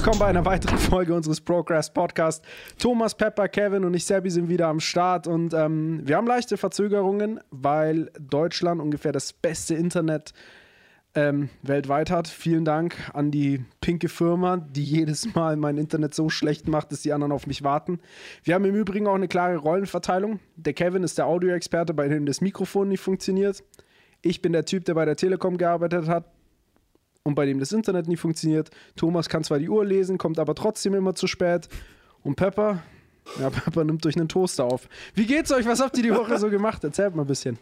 willkommen bei einer weiteren Folge unseres Progress Podcasts. Thomas, Pepper, Kevin und ich, Sebi, sind wieder am Start und wir haben leichte Verzögerungen, weil Deutschland ungefähr das beste Internet weltweit hat. Vielen Dank an die pinke Firma, die jedes Mal mein Internet so schlecht macht, dass die anderen auf mich warten. Wir haben im Übrigen auch eine klare Rollenverteilung. Der Kevin ist der Audioexperte, bei dem das Mikrofon nicht funktioniert. Ich bin der Typ, der bei der Telekom gearbeitet hat und bei dem das Internet nie funktioniert. Thomas kann zwar die Uhr lesen, kommt aber trotzdem immer zu spät. Und Pepper, ja, Pepper nimmt durch einen Toaster auf. Wie geht's euch? Was habt ihr die Woche so gemacht? Erzählt mal ein bisschen.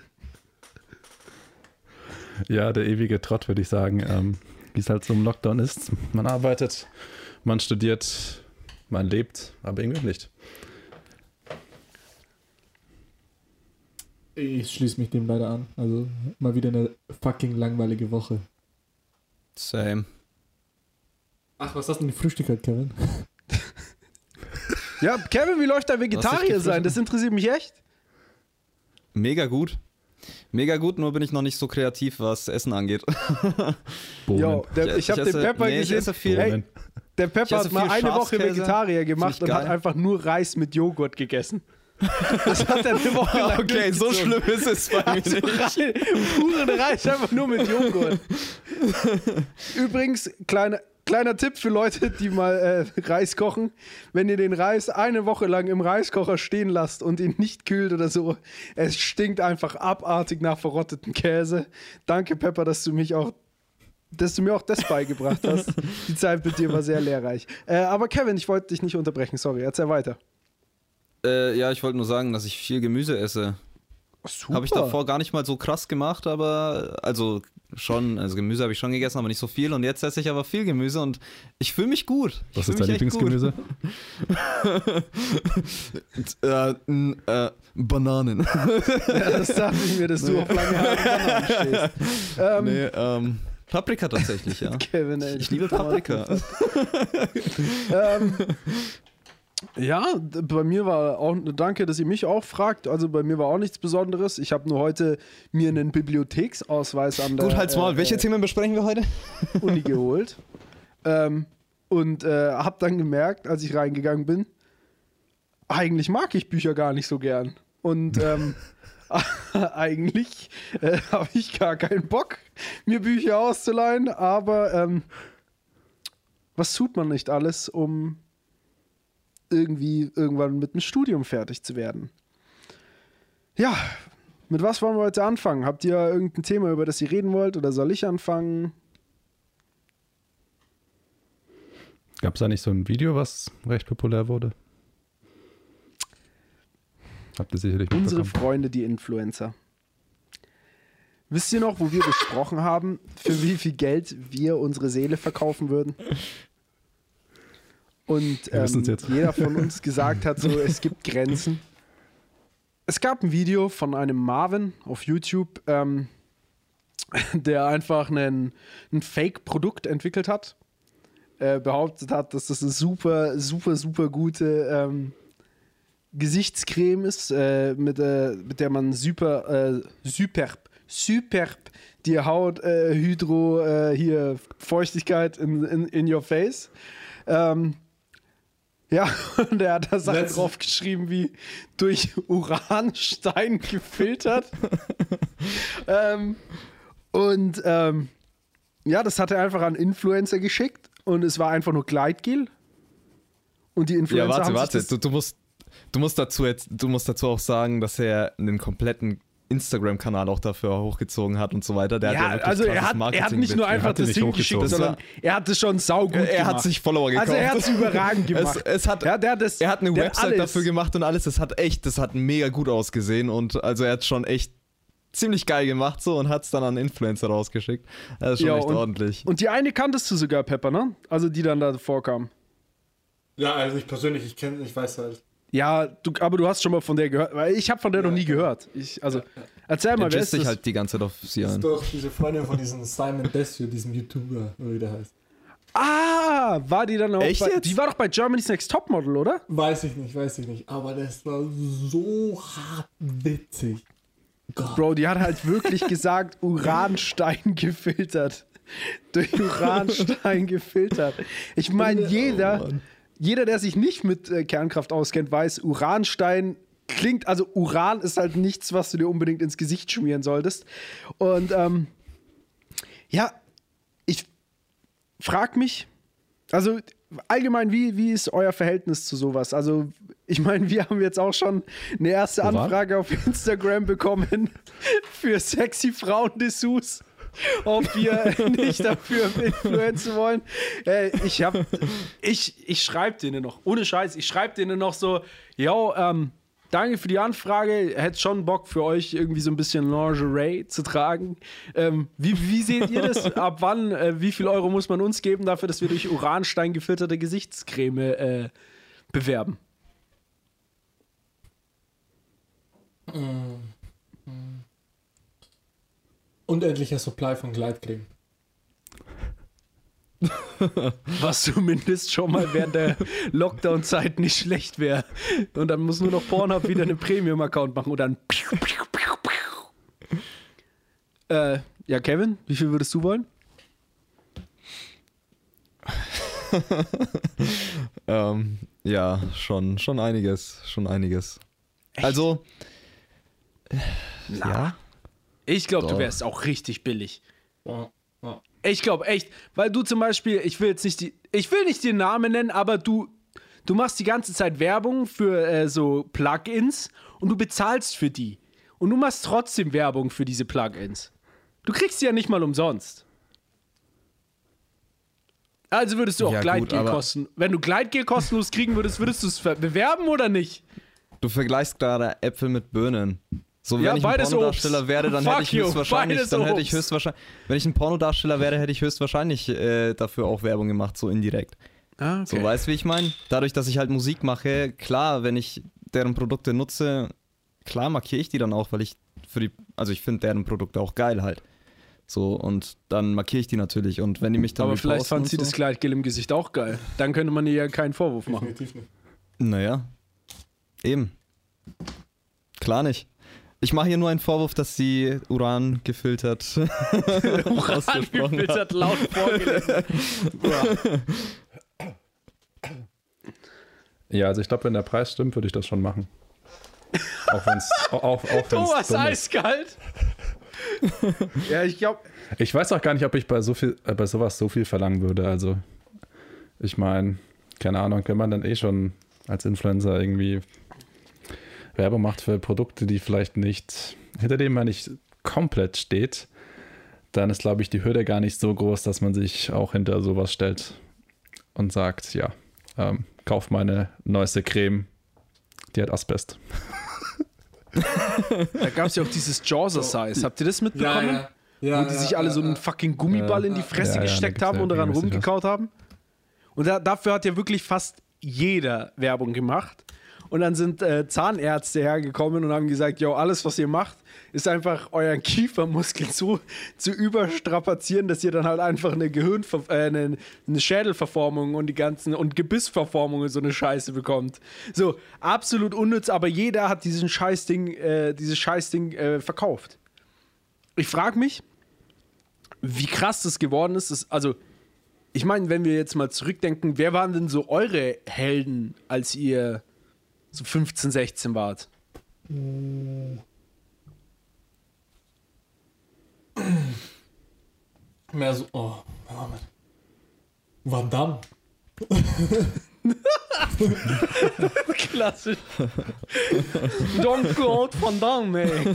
Ja, der ewige Trott, würde ich sagen. Wie es halt so im Lockdown ist. Man arbeitet, man studiert, man lebt, aber irgendwie nicht. Ich schließe mich dem leider an. Also mal wieder eine fucking langweilige Woche. Same. Ach, was hast du denn gefrühstückt, Kevin? Ja, Kevin, wie läuft dein Vegetarier sein? Das interessiert mich echt. Mega gut. Mega gut, nur bin ich noch nicht so kreativ, was Essen angeht. Jo, ich habe den Pepper gesehen. Ich esse viel. Hey, der Pepper hat mal eine Woche Vegetarier gemacht und hat einfach nur Reis mit Joghurt gegessen. Das hat er eine Woche lang Okay, so schlimm ist es bei mir nicht. Puren Reis einfach nur mit Joghurt. Übrigens, kleiner Tipp für Leute, die mal Reis kochen. Wenn ihr den Reis eine Woche lang im Reiskocher stehen lasst und ihn nicht kühlt oder so, es stinkt einfach abartig nach verrotteten Käse. Danke, Pepper, dass du mir auch das beigebracht hast. Die Zeit mit dir war sehr lehrreich. Aber Kevin, ich wollte dich nicht unterbrechen, sorry, erzähl weiter. Ja, ich wollte nur sagen, dass ich viel Gemüse esse. Super. Habe ich davor gar nicht mal so krass gemacht, aber also Gemüse habe ich schon gegessen, aber nicht so viel und jetzt esse ich aber viel Gemüse und ich fühle mich gut. Was ist dein Lieblingsgemüse? Bananen. Ja, das dachte ich mir, dass du auf lange Haare stehst. Paprika tatsächlich, ja. Kevin, ey, Ich liebe Paprika. Ja, bei mir war auch, danke, dass ihr mich auch fragt, also bei mir war auch nichts Besonderes. Ich habe nur heute mir einen Bibliotheksausweis an der Gut, halt's Maul. Welche Themen besprechen wir heute? Uni geholt und habe dann gemerkt, als ich reingegangen bin, eigentlich mag ich Bücher gar nicht so gern und eigentlich habe ich gar keinen Bock, mir Bücher auszuleihen, aber was tut man nicht alles, um irgendwann mit dem Studium fertig zu werden. Ja, mit was wollen wir heute anfangen? Habt ihr irgendein Thema, über das ihr reden wollt, oder soll ich anfangen? Gab es da nicht so ein Video, was recht populär wurde? Habt ihr sicherlich Unsere mitbekommen. Freunde, die Influencer. Wisst ihr noch, wo wir besprochen haben, für wie viel Geld wir unsere Seele verkaufen würden? Und jeder von uns gesagt hat, so, es gibt Grenzen. Es gab ein Video von einem Marvin auf YouTube, der einfach ein Fake-Produkt entwickelt hat. Behauptet hat, dass das eine super, super, super gute Gesichtscreme ist, mit der man superb die Haut, hier Feuchtigkeit in your face. Ja, und er hat da Sachen drauf geschrieben wie durch Uranstein gefiltert. Ja, das hat er einfach an Influencer geschickt und es war einfach nur Gleitgel. Und die Influencer du musst dazu auch sagen, dass er einen kompletten Instagram-Kanal auch dafür hochgezogen hat und so weiter. Der hat also er hat nicht nur einfach das Ding geschickt, sondern er hat es schon saugut gemacht. Er hat sich Follower gekauft. Also er hat es überragend gemacht. Er hat eine Website dafür gemacht und alles. Das hat mega gut ausgesehen und also er hat schon echt ziemlich geil gemacht so und hat es dann an Influencer rausgeschickt. Das ist schon echt ordentlich. Und die eine kanntest du sogar, Pepper, ne? Also die dann da vorkam. Ja, also ich persönlich, ich weiß halt. Ja, aber du hast schon mal von der gehört, weil ich habe von der noch nie gehört. Erzähl mal, wer ist das? Halt die ganze Zeit auf sie Das an. ist doch diese Freundin von diesem Simon Desue, diesem YouTuber, oder wie der heißt. Ah, war die dann auch Echt jetzt? Die war doch bei Germany's Next Topmodel, oder? Weiß ich nicht. Aber das war so hart witzig. Gott. Bro, die hat halt wirklich gesagt, Uranstein gefiltert. durch Uranstein gefiltert. Ich meine, jeder, der sich nicht mit Kernkraft auskennt, weiß, Uranstein klingt, also Uran ist halt nichts, was du dir unbedingt ins Gesicht schmieren solltest. Und ja, ich frage mich, also allgemein, wie ist euer Verhältnis zu sowas? Also, ich meine, wir haben jetzt auch schon eine erste Anfrage auf Instagram bekommen für sexy Frauen-Dessous, ob wir nicht dafür influenzen wollen. Ich schreibe denen noch, ohne Scheiß, ich schreibe denen noch so, danke für die Anfrage, hätte schon Bock für euch irgendwie so ein bisschen Lingerie zu tragen. Wie seht ihr das? Ab wann, wie viel Euro muss man uns geben dafür, dass wir durch Uranstein gefilterte Gesichtscreme bewerben? Unendlicher Supply von Gleitcreme. Was zumindest schon mal während der Lockdown-Zeit nicht schlecht wäre. Und dann muss nur noch Pornhub wieder einen Premium-Account machen und dann. Ja, Kevin, wie viel würdest du wollen? Ja, schon einiges. Echt? Also, ja. Ich glaube, du wärst auch richtig billig. Ja. Ich glaube echt, weil du zum Beispiel, ich will nicht den Namen nennen, aber du machst die ganze Zeit Werbung für so Plugins und du bezahlst für die. Und du machst trotzdem Werbung für diese Plugins. Du kriegst sie ja nicht mal umsonst. Also würdest du auch Gleitgel kosten. Wenn du Gleitgel kostenlos kriegen würdest du es bewerben oder nicht? Du vergleichst gerade Äpfel mit Birnen. So, wenn ich ein Pornodarsteller wäre, dann hätte ich höchstwahrscheinlich, wenn ich ein Pornodarsteller wäre, hätte ich höchstwahrscheinlich dafür auch Werbung gemacht, so indirekt. Ah, okay. So, weißt du, wie ich meine? Dadurch, dass ich halt Musik mache, klar, wenn ich deren Produkte nutze, klar markiere ich die dann auch, weil ich ich finde deren Produkte auch geil halt. So, und dann markiere ich die natürlich. Und wenn die mich dann aber vielleicht fand sie das Gleitgel im Gesicht auch geil. Dann könnte man ihr ja keinen Vorwurf machen. Definitiv nicht. Naja, eben. Klar nicht. Ich mache hier nur einen Vorwurf, dass sie Uran gefiltert laut vorgelesen. Ja, also ich glaube, wenn der Preis stimmt, würde ich das schon machen. Auch wenn's Thomas eiskalt. Ja, ich glaube. Ich weiß auch gar nicht, ob ich bei sowas so viel verlangen würde. Also, ich meine, keine Ahnung, wenn man dann schon als Influencer irgendwie Werbung macht für Produkte, die vielleicht nicht, hinter denen man nicht komplett steht, dann ist, glaube ich, die Hürde gar nicht so groß, dass man sich auch hinter sowas stellt und sagt, ja, kauf meine neueste Creme, die hat Asbest. Da gab es ja auch dieses Jawser-Size. Habt ihr das mitbekommen? Ja, wo die sich alle so einen fucking Gummiball in die Fresse gesteckt haben und daran rumgekaut haben? Und dafür hat ja wirklich fast jeder Werbung gemacht. Und dann sind Zahnärzte hergekommen und haben gesagt, jo, alles, was ihr macht, ist einfach euren Kiefermuskel zu überstrapazieren, dass ihr dann halt einfach eine eine Schädelverformung und und Gebissverformungen so eine Scheiße bekommt. So, absolut unnütz, aber jeder hat dieses Scheißding verkauft. Ich frage mich, wie krass das geworden ist. Also, ich meine, wenn wir jetzt mal zurückdenken, wer waren denn so eure Helden, als ihr so 15, 16 wart? Mehr so, Van Damme. Klassisch. Don Claude Van Damme, ey.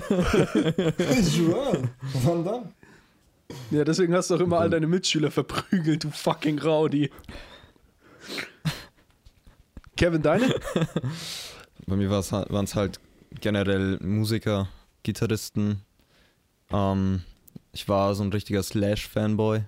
Van Damme. Ja, deswegen hast du auch immer all deine Mitschüler verprügelt, du fucking Rowdy. Kevin, deine? Bei mir waren es halt generell Musiker, Gitarristen. Ich war so ein richtiger Slash-Fanboy.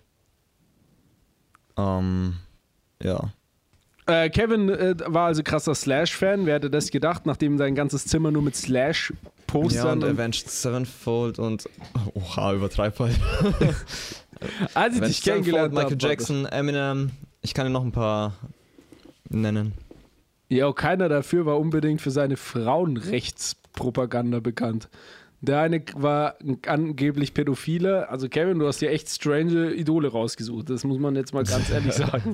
Ja. Kevin war also krasser Slash-Fan. Wer hätte das gedacht, nachdem sein ganzes Zimmer nur mit Slash-Postern... Ja, und Avenged Sevenfold und... Oha, übertreib halt. Als ich dich kennengelernt habe... Michael Jackson, Eminem. Ich kann dir noch ein paar nennen. Ja, keiner dafür war unbedingt für seine Frauenrechtspropaganda bekannt. Der eine war angeblich Pädophile. Also Kevin, du hast dir echt strange Idole rausgesucht. Das muss man jetzt mal ganz ehrlich sagen.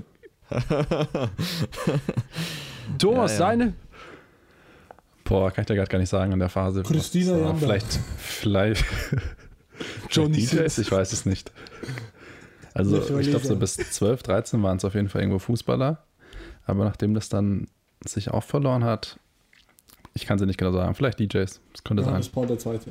Thomas, deine? Boah, kann ich dir gerade gar nicht sagen in der Phase. Christina Was, Janda. Vielleicht Johnny DJs, Sins. ich weiß es nicht. Also Nicht ich glaube so lesen. bis 12, 13 waren es auf jeden Fall irgendwo Fußballer. Aber nachdem das dann sich auch verloren hat, ich kann sie nicht genau sagen, vielleicht DJs, das könnte Johannes sein. Paul der Zweite.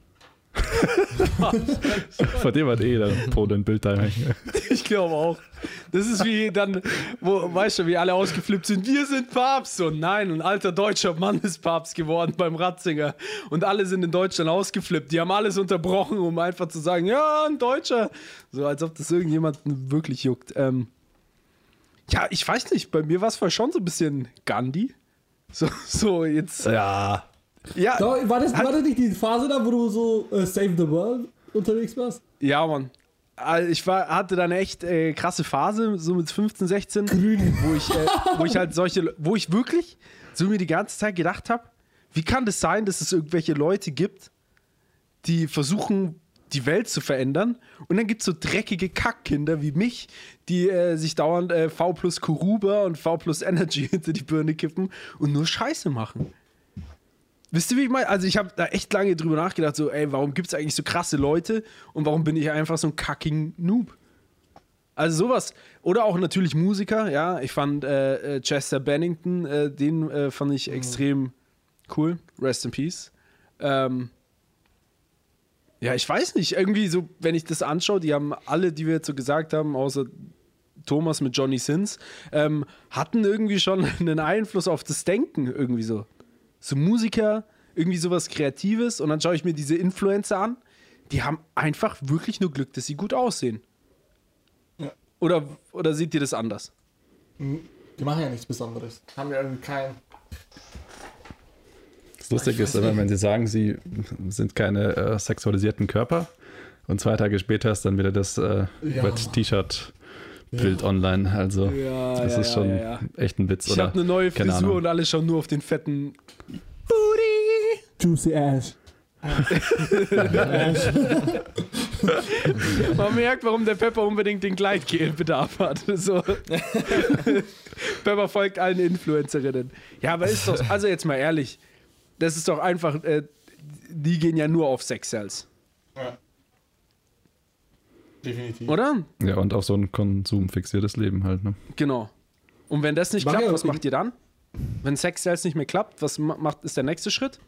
Von dem hat der Pole ein Bild da hängen. Ich glaube auch. Das ist wie dann, wo, weißt du, wie alle ausgeflippt sind. Wir sind Papst. Und nein, ein alter deutscher Mann ist Papst geworden beim Ratzinger. Und alle sind in Deutschland ausgeflippt. Die haben alles unterbrochen, um einfach zu sagen, ja, ein Deutscher. So, als ob das irgendjemanden wirklich juckt. Ja, ich weiß nicht. Bei mir war es vorher schon so ein bisschen Gandhi. So jetzt. Ja. Ja, War das nicht die Phase da, wo du so Save the World unterwegs warst? ja, Mann. Also hatte da eine echt krasse Phase, so mit 15, 16, wo ich halt wo ich wirklich so mir die ganze Zeit gedacht habe, wie kann das sein, dass es irgendwelche Leute gibt, die versuchen, die Welt zu verändern, und dann gibt es so dreckige Kackkinder wie mich, die sich dauernd V plus Kuruba und V plus Energy hinter die Birne kippen und nur Scheiße machen. Wisst ihr, wie ich meine? Also ich habe da echt lange drüber nachgedacht, so, ey, warum gibt es eigentlich so krasse Leute und warum bin ich einfach so ein kacking Noob? Also sowas. Oder auch natürlich Musiker, ja. Ich fand Chester Bennington, den fand ich extrem cool. Rest in Peace. Ja, ich weiß nicht, irgendwie so, wenn ich das anschaue, die haben alle, die wir jetzt so gesagt haben, außer Thomas mit Johnny Sins, hatten irgendwie schon einen Einfluss auf das Denken, irgendwie so. So Musiker, irgendwie sowas Kreatives, und dann schaue ich mir diese Influencer an, die haben einfach wirklich nur Glück, dass sie gut aussehen. Ja. Oder seht ihr das anders? Die machen ja nichts Besonderes. Haben ja irgendwie keinen. Das Lustige ist immer, wenn sie sagen, sie sind keine sexualisierten Körper, und 2 Tage später ist dann wieder das T-Shirt-Bild online. Also das ist schon echt ein Witz. Ich habe eine neue keine Frisur Ahnung. und alle schauen nur auf den fetten Booty. Juicy Ash. Man merkt, warum der Pepper unbedingt den Gleitgelbedarf hat. So. Pepper folgt allen Influencerinnen. Ja, aber ist doch, also jetzt mal ehrlich, das ist doch einfach, die gehen ja nur auf Sex-Sales, Ja. Definitiv. oder? Ja, und auf so ein konsumfixiertes Leben halt, ne? Genau. Und wenn das nicht Mach klappt, ja was auch- macht ihr dann? Wenn Sex-Sales nicht mehr klappt, was ist der nächste Schritt?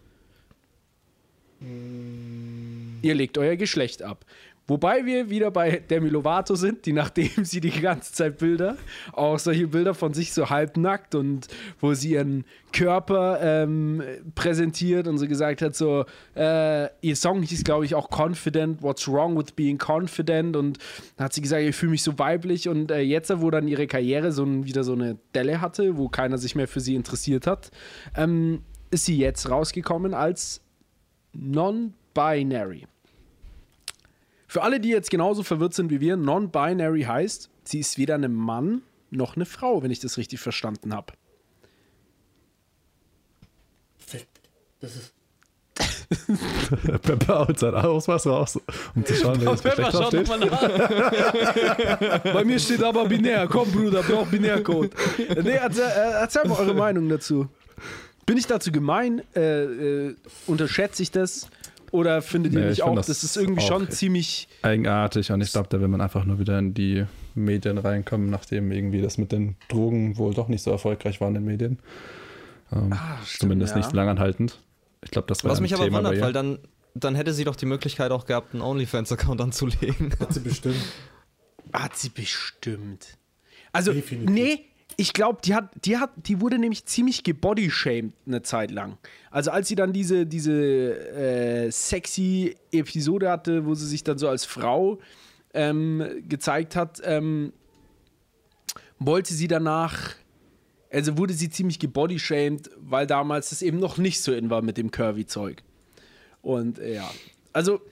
Ihr legt euer Geschlecht ab. Wobei wir wieder bei Demi Lovato sind, die, nachdem sie die ganze Zeit Bilder, auch solche Bilder von sich so halbnackt und wo sie ihren Körper präsentiert und so gesagt hat, so, ihr Song hieß, glaube ich, auch Confident, What's Wrong with Being Confident, und da hat sie gesagt, ich fühle mich so weiblich, und jetzt, wo dann ihre Karriere wieder so eine Delle hatte, wo keiner sich mehr für sie interessiert hat, ist sie jetzt rausgekommen als Non-Binary. Für alle, die jetzt genauso verwirrt sind wie wir, Non-Binary heißt, sie ist weder ein Mann noch eine Frau, wenn ich das richtig verstanden habe. Fick. Das ist. Pepper holt sein Ausweis raus, um zu schauen, wer das Geschlecht draufsteht. Bei mir steht aber binär. Komm, Bruder, brauch Binärcode. Nee, erzähl mal eure Meinung dazu. Bin ich dazu gemein? Unterschätze ich das? Oder findet ihr Nee, nicht ich auch, find das das ist irgendwie auch schon ziemlich... Eigenartig, und ich glaube, da will man einfach nur wieder in die Medien reinkommen, nachdem irgendwie das mit den Drogen wohl doch nicht so erfolgreich war in den Medien. Stimmt, Zumindest nicht langanhaltend. Ich glaube, das war Was ein mich aber Thema wundert, bei ihr. weil dann hätte sie doch die Möglichkeit auch gehabt, einen OnlyFans-Account anzulegen. Hat sie bestimmt. Hat sie bestimmt. Also, Definitiv. nee, ich glaube, die wurde nämlich ziemlich gebodyshamed eine Zeit lang. Also als sie dann diese sexy Episode hatte, wo sie sich dann so als Frau gezeigt hat, wollte sie danach, also wurde sie ziemlich gebodyshamed, weil damals das eben noch nicht so in war mit dem Curvy-Zeug. Und ja, also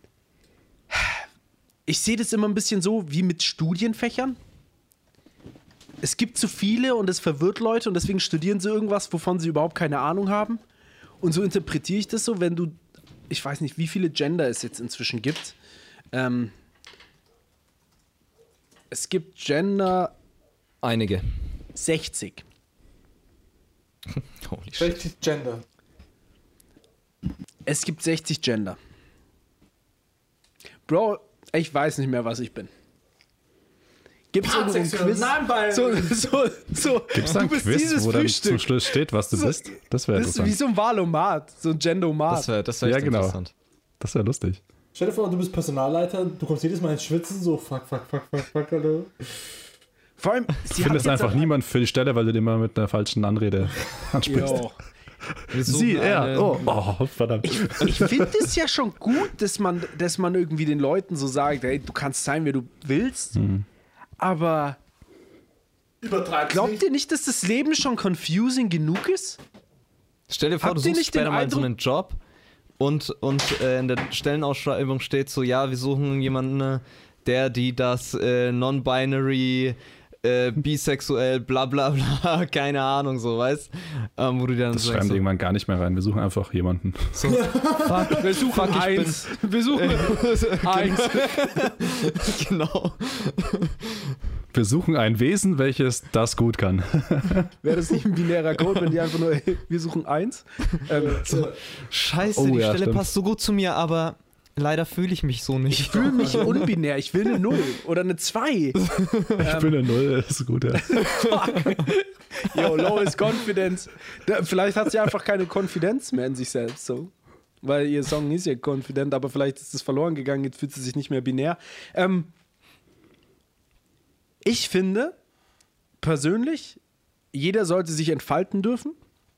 ich sehe das immer ein bisschen so wie mit Studienfächern. Es gibt zu viele und es verwirrt Leute, und deswegen studieren sie irgendwas, wovon sie überhaupt keine Ahnung haben. Und so interpretiere ich das so, wenn du ich weiß nicht, wie viele Gender es jetzt inzwischen gibt. Es gibt Gender Einige. 60. Holy shit. 60 Gender. Es gibt 60 Gender. Bro, ich weiß nicht mehr, was ich bin. Gibt es irgendein Quiz? Gibt es da ein Quiz, wo dann zum Schluss steht, was du bist? Das wäre Das ist wie interessant. so ein Wahlomat, so ein Gendomat. Das wär Ja, echt genau. interessant. Das wäre lustig. Stell dir vor, du bist Personalleiter, du kommst jedes Mal ins Schwitzen, so fuck, Alter. Vor allem, Du findest einfach niemand für die Stelle, weil du den mal mit einer falschen Anrede ansprichst. Jo. Sie, er, oh, verdammt. Ich finde es ja schon gut, dass man irgendwie den Leuten so sagt, hey, du kannst sein, wer du willst, aber Übertreib's glaubt nicht. ihr nicht, dass das Leben schon confusing genug ist? Stell dir vor, Habt du ihr suchst nicht den später mal so Eindruck- einen Job und in der Stellenausschreibung steht so, ja, wir suchen jemanden, die das non-binary, bisexuell, bla bla bla, keine Ahnung, so, weißt? Wo du dann Das so schreiben denkst, die irgendwann gar nicht mehr rein. Wir suchen einfach jemanden. so, fuck, Wir suchen ich eins. Wir suchen eins. genau. Wir suchen ein Wesen, welches das gut kann. Wäre das nicht ein binärer Code, wenn die einfach nur, hey, wir suchen eins? Scheiße, Oh, die ja, Stelle stimmt. passt so gut zu mir, aber leider fühle ich mich so nicht. Ich fühle mich unbinär, ich will eine 0 oder eine 2. Ich bin eine Null, das ist gut. Ja. Yo, lowest confidence. Vielleicht hat sie einfach keine Konfidenz mehr in sich selbst, so. Weil ihr Song ist ja confident, aber vielleicht ist es verloren gegangen, jetzt fühlt sie sich nicht mehr binär. Ich finde, persönlich, jeder sollte sich entfalten dürfen.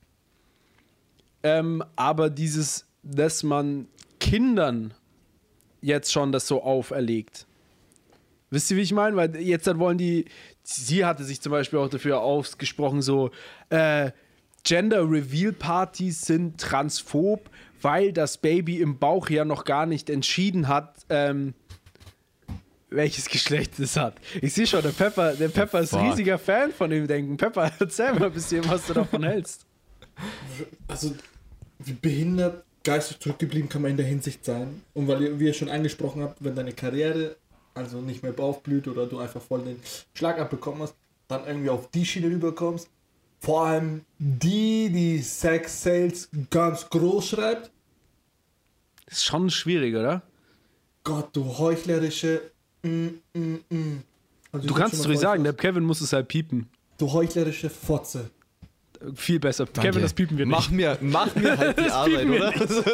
Aber dass man Kindern jetzt schon das so auferlegt. Wisst ihr, wie ich meine? Weil jetzt dann wollen sie hatte sich zum Beispiel auch dafür ausgesprochen, so Gender-Reveal-Partys sind transphob, weil das Baby im Bauch ja noch gar nicht entschieden hat, welches Geschlecht es hat. Ich sehe schon, der Pepper ist Fuck. riesiger Fan von dem Denken. Pepper, erzähl mal ein bisschen, was du davon hältst. Also, wie behindert, geistig zurückgeblieben kann man in der Hinsicht sein. Und weil ihr schon angesprochen habt, wenn deine Karriere also nicht mehr aufblüht oder du einfach voll den Schlag abbekommen hast, dann irgendwie auf die Schiene rüberkommst. Vor allem die Sex Sales ganz groß schreibt. Das ist schon schwierig, oder? Gott, du heuchlerische. Also Du kannst es ruhig sagen, der Kevin muss es halt piepen. Du heuchlerische Fotze. Viel besser. Kevin, das piepen wir nicht. Mach mir halt die Arbeit, oder?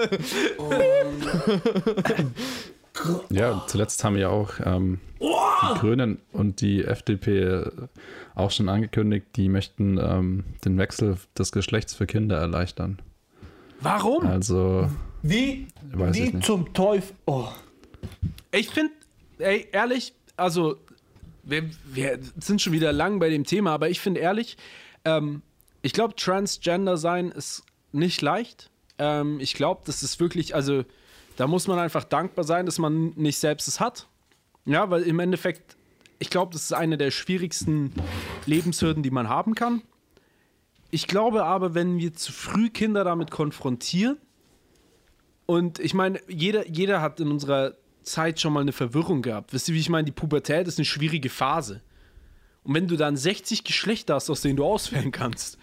Ja, zuletzt haben ja auch die Grünen und die FDP auch schon angekündigt, die möchten den Wechsel des Geschlechts für Kinder erleichtern. Warum? Also, Wie weiß ich nicht. zum Teufel. Oh. Ich finde, ey, ehrlich, also, wir sind schon wieder lang bei dem Thema, aber ich finde ehrlich, ich glaube, Transgender sein ist nicht leicht. Ich glaube, das ist wirklich, also, da muss man einfach dankbar sein, dass man nicht selbst es hat. Ja, weil im Endeffekt, ich glaube, das ist eine der schwierigsten Lebenshürden, die man haben kann. Ich glaube aber, wenn wir zu früh Kinder damit konfrontieren, und ich meine, jeder hat in unserer Zeit schon mal eine Verwirrung gehabt. Wisst ihr, wie ich meine? Die Pubertät ist eine schwierige Phase. Und wenn du dann 60 Geschlechter hast, aus denen du auswählen kannst,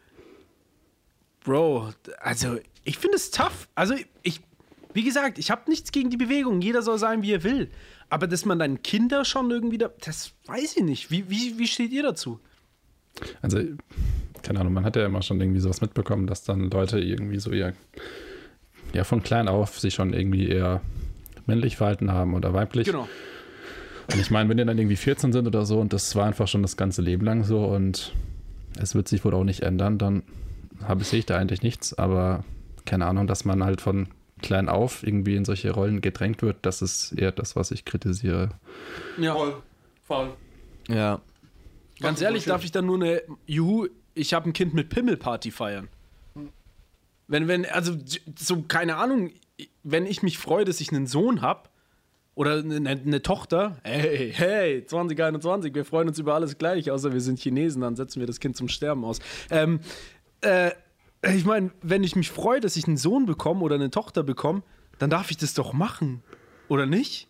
Bro, also ich finde es tough. Also wie gesagt, ich habe nichts gegen die Bewegung. Jeder soll sein, wie er will. Aber dass man dann Kinder schon irgendwie, das weiß ich nicht. Wie steht ihr dazu? Also, keine Ahnung, man hat ja immer schon irgendwie sowas mitbekommen, dass dann Leute irgendwie so von klein auf sich schon irgendwie eher männlich verhalten haben oder weiblich. Genau. Und ich meine, wenn die dann irgendwie 14 sind oder so und das war einfach schon das ganze Leben lang so und es wird sich wohl auch nicht ändern, dann sehe ich da eigentlich nichts, aber keine Ahnung, dass man halt von klein auf irgendwie in solche Rollen gedrängt wird, das ist eher das, was ich kritisiere. Ja. Voll. Ja. Ganz ehrlich, darf ich dann nur ich habe ein Kind mit Pimmelparty feiern. Also so, keine Ahnung, wenn ich mich freue, dass ich einen Sohn habe oder eine Tochter, hey, 2021, wir freuen uns über alles gleich, außer wir sind Chinesen, dann setzen wir das Kind zum Sterben aus. Ich meine, wenn ich mich freue, dass ich einen Sohn bekomme oder eine Tochter bekomme, dann darf ich das doch machen. Oder nicht?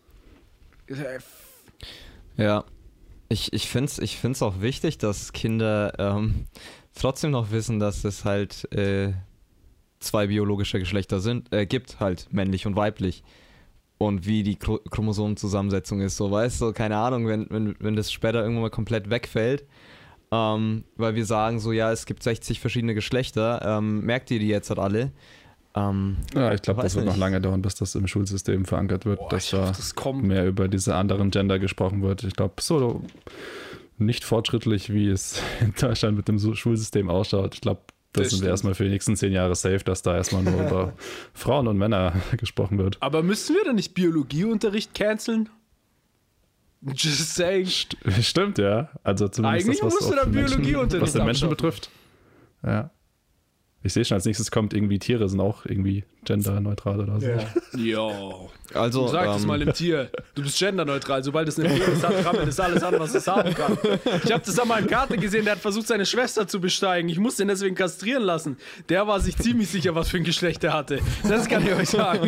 Ja, ich find's auch wichtig, dass Kinder trotzdem noch wissen, dass es halt 2 biologische Geschlechter gibt, halt männlich und weiblich. Und wie die Chromosomenzusammensetzung ist, so, weißt du, keine Ahnung, wenn das später irgendwann mal komplett wegfällt, weil wir sagen so, ja, es gibt 60 verschiedene Geschlechter, merkt ihr die jetzt halt alle? Ja, ich glaube, das wird noch lange dauern, bis das im Schulsystem verankert wird, dass da mehr über diese anderen Gender gesprochen wird. Ich glaube, so nicht fortschrittlich, wie es in Deutschland mit dem Schulsystem ausschaut. Ich glaube, das sind wir erstmal für die nächsten 10 Jahre safe, dass da erstmal nur über Frauen und Männer gesprochen wird. Aber müssen wir dann nicht Biologieunterricht canceln? Just saying. Stimmt, ja. Also zumindest eigentlich das, musst du da Biologieunterricht was den Menschen abschaffen. betrifft. Ja. Ich sehe schon, als nächstes kommt irgendwie Tiere sind auch irgendwie genderneutral oder so. Jo. Also, Du sagst es mal dem Tier. Du bist genderneutral. Sobald es eine Penis hat, krabbelt es alles an, was es haben kann. Ich habe das an meinem Kater gesehen, der hat versucht, seine Schwester zu besteigen. Ich musste ihn deswegen kastrieren lassen. Der war sich ziemlich sicher, was für ein Geschlecht er hatte. Das kann ich euch sagen.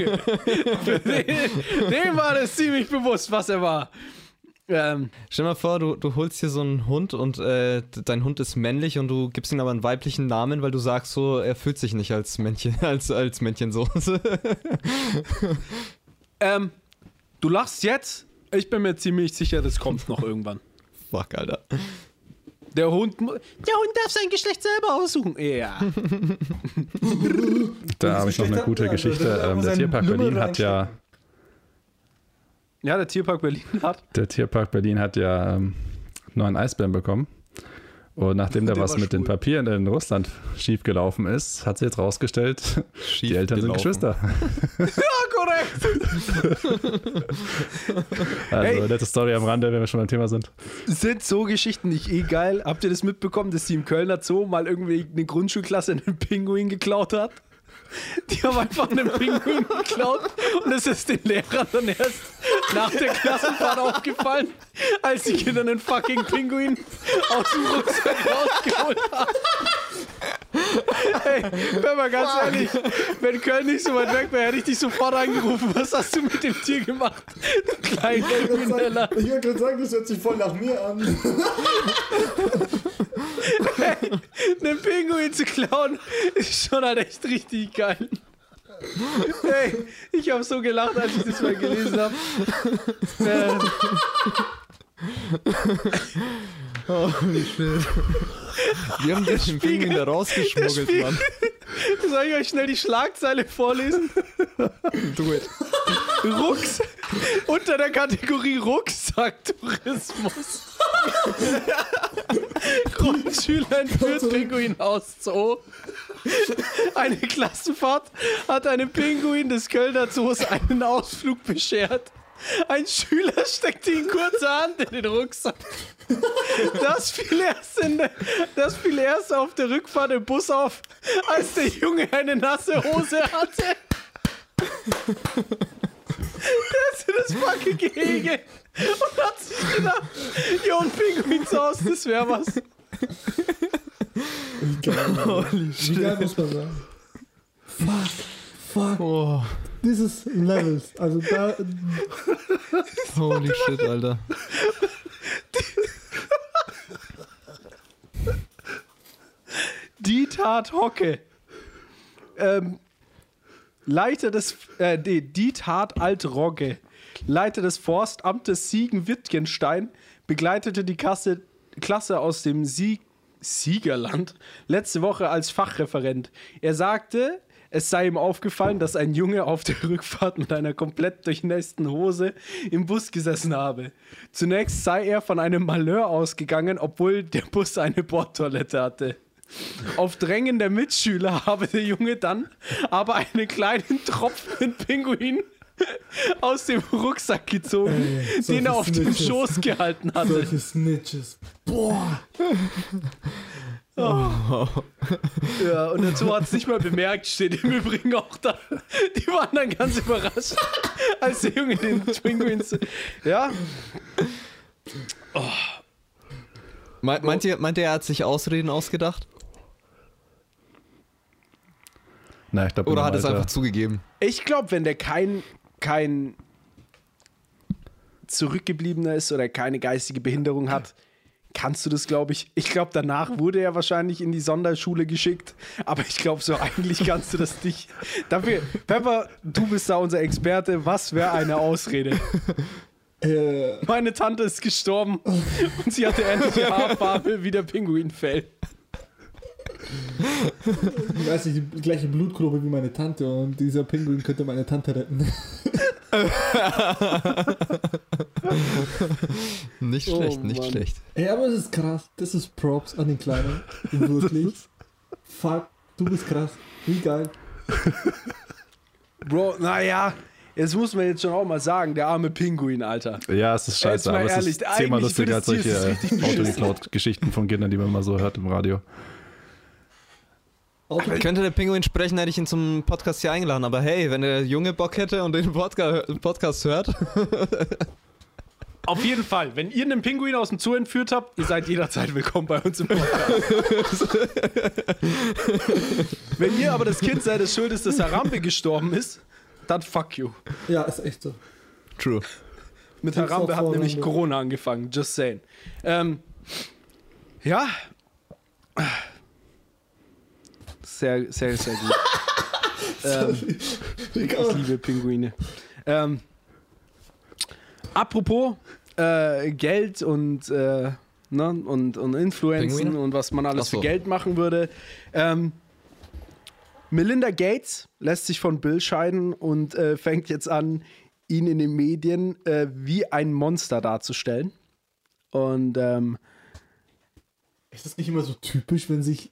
Dem war das ziemlich bewusst, was er war. stell dir mal vor, du holst hier so einen Hund und dein Hund ist männlich und du gibst ihm aber einen weiblichen Namen, weil du sagst so, er fühlt sich nicht als Männchen, als Männchensoße. Du lachst jetzt. Ich bin mir ziemlich sicher, das kommt noch irgendwann. Fuck, Alter. Der Hund darf sein Geschlecht selber aussuchen. Ja. Da habe ich noch eine gute Geschichte. Der Tierpark Berlin hat ja... Ja, der Tierpark Berlin hat. Der Tierpark Berlin hat ja neuen Eisbären bekommen. Und nachdem da Der was war mit den schwul. Papieren in Russland schiefgelaufen ist, hat sich jetzt rausgestellt, die Eltern sind Geschwister. Ja, korrekt. Also nette Story am Rande, wenn wir schon beim Thema sind. Sind so Geschichten nicht eh geil? Habt ihr das mitbekommen, dass die im Kölner Zoo mal irgendwie eine Grundschulklasse einen Pinguin geklaut hat? Die haben einfach einen Pinguin geklaut und es ist den Lehrern dann erst nach der Klassenfahrt aufgefallen, als die Kinder einen fucking Pinguin aus dem Rucksack rausgeholt haben. Hey, wenn mal ganz ehrlich, wenn Köln nicht so weit weg wäre, hätte ich dich sofort angerufen. Was hast du mit dem Tier gemacht? Du kleiner Krimineller. Ich wollte gerade sagen, das hört sich voll nach mir an. Einen Pinguin zu klauen ist schon halt echt richtig geil. Hey, ich habe so gelacht, als ich das mal gelesen habe. Holy shit. Wir haben den Pinguin da rausgeschmuggelt, Mann. Soll ich euch schnell die Schlagzeile vorlesen? Do it. Unter der Kategorie Rucksacktourismus. Grundschüler entführt Pinguin aus Zoo. Eine Klassenfahrt hat einem Pinguin des Kölner Zoos einen Ausflug beschert. Ein Schüler steckte ihn kurzerhand in den Rucksack. Das fiel erst auf der Rückfahrt im Bus auf, als der Junge eine nasse Hose hatte. Der ist in das fucking Gehege und hat sich gedacht, jo, ein Pinguinshaus, das wäre was. Wie geil muss man sagen. Fuck. Oh, Dieses Levels. Also da. holy shit, Alter. Die Tat Hocke. Die Tat Alt-Rogge. Leiter des Forstamtes Siegen-Wittgenstein begleitete die Klasse aus dem Siegerland letzte Woche als Fachreferent. Er sagte, es sei ihm aufgefallen, dass ein Junge auf der Rückfahrt mit einer komplett durchnässten Hose im Bus gesessen habe. Zunächst sei er von einem Malheur ausgegangen, obwohl der Bus eine Bordtoilette hatte. Auf Drängen der Mitschüler habe der Junge dann aber einen kleinen tropfenden Pinguin aus dem Rucksack gezogen, den er auf dem Schoß gehalten hatte. Solche Snitches. Boah. Ja, und dazu hat es nicht mal bemerkt, steht im Übrigen auch da. Die waren dann ganz überrascht, als der Junge den Pinguin... Ja. Meint ihr, er hat sich Ausreden ausgedacht? Na, ich glaube, Oder hat es einfach zugegeben? Ich glaube, wenn der kein Zurückgebliebener ist oder keine geistige Behinderung hat, kannst du das, glaube ich. Ich glaube, danach wurde er wahrscheinlich in die Sonderschule geschickt. Aber ich glaube, so eigentlich kannst du das nicht. Dafür, Pepper, du bist da unser Experte. Was wäre eine Ausrede? Meine Tante ist gestorben und sie hatte ähnliche Haarfarbe wie der Pinguinfell. Ich weiß nicht, die gleiche Blutgruppe wie meine Tante und dieser Pinguin könnte meine Tante retten. Nicht schlecht, nicht schlecht. Ey, aber es ist krass. Das ist Props an den Kleinen. Wirklich. Fuck, du bist krass. Wie geil. Bro, naja, jetzt muss man jetzt schon auch mal sagen, der arme Pinguin, Alter. Ja, es ist scheiße, aber es ist zehnmal lustiger als solche Autogeklaut-Geschichten von Kindern, die man mal so hört im Radio. Könnte der Pinguin sprechen, hätte ich ihn zum Podcast hier eingeladen. Aber hey, wenn der Junge Bock hätte und den Podcast hört. Auf jeden Fall, wenn ihr einen Pinguin aus dem Zoo entführt habt, ihr seid jederzeit willkommen bei uns im Podcast. Wenn ihr aber das Kind seid, das schuld ist, dass Harambe gestorben ist, dann fuck you. Ja, ist echt so. True. Mit Harambe hat nämlich Corona angefangen, just saying. Ja. Sehr, sehr, sehr gut. Ich liebe Pinguine. Apropos Geld und Influenzen Pinguine? und was man alles Ach so. für Geld machen würde. Melinda Gates lässt sich von Bill scheiden und fängt jetzt an, ihn in den Medien wie ein Monster darzustellen. Und Ist das nicht immer so typisch, wenn sich...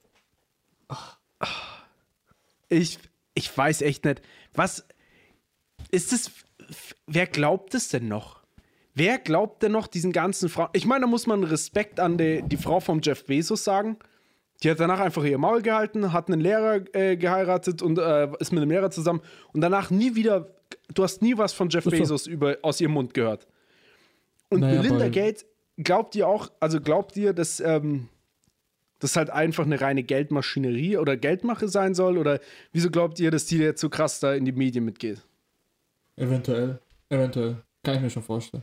ich weiß echt nicht. Was ist das? Wer glaubt es denn noch? Wer glaubt denn noch diesen ganzen Frauen? Ich meine, da muss man Respekt an die Frau von Jeff Bezos sagen. Die hat danach einfach ihr Maul gehalten, hat einen Lehrer geheiratet und ist mit einem Lehrer zusammen. Und danach nie wieder, du hast nie was von Jeff Bezos aus ihrem Mund gehört. Und Naja, Melinda Gates, glaubt ihr, dass das halt einfach eine reine Geldmaschinerie oder Geldmache sein soll? Oder wieso glaubt ihr, dass die jetzt so krass da in die Medien mitgeht? Eventuell. Kann ich mir schon vorstellen.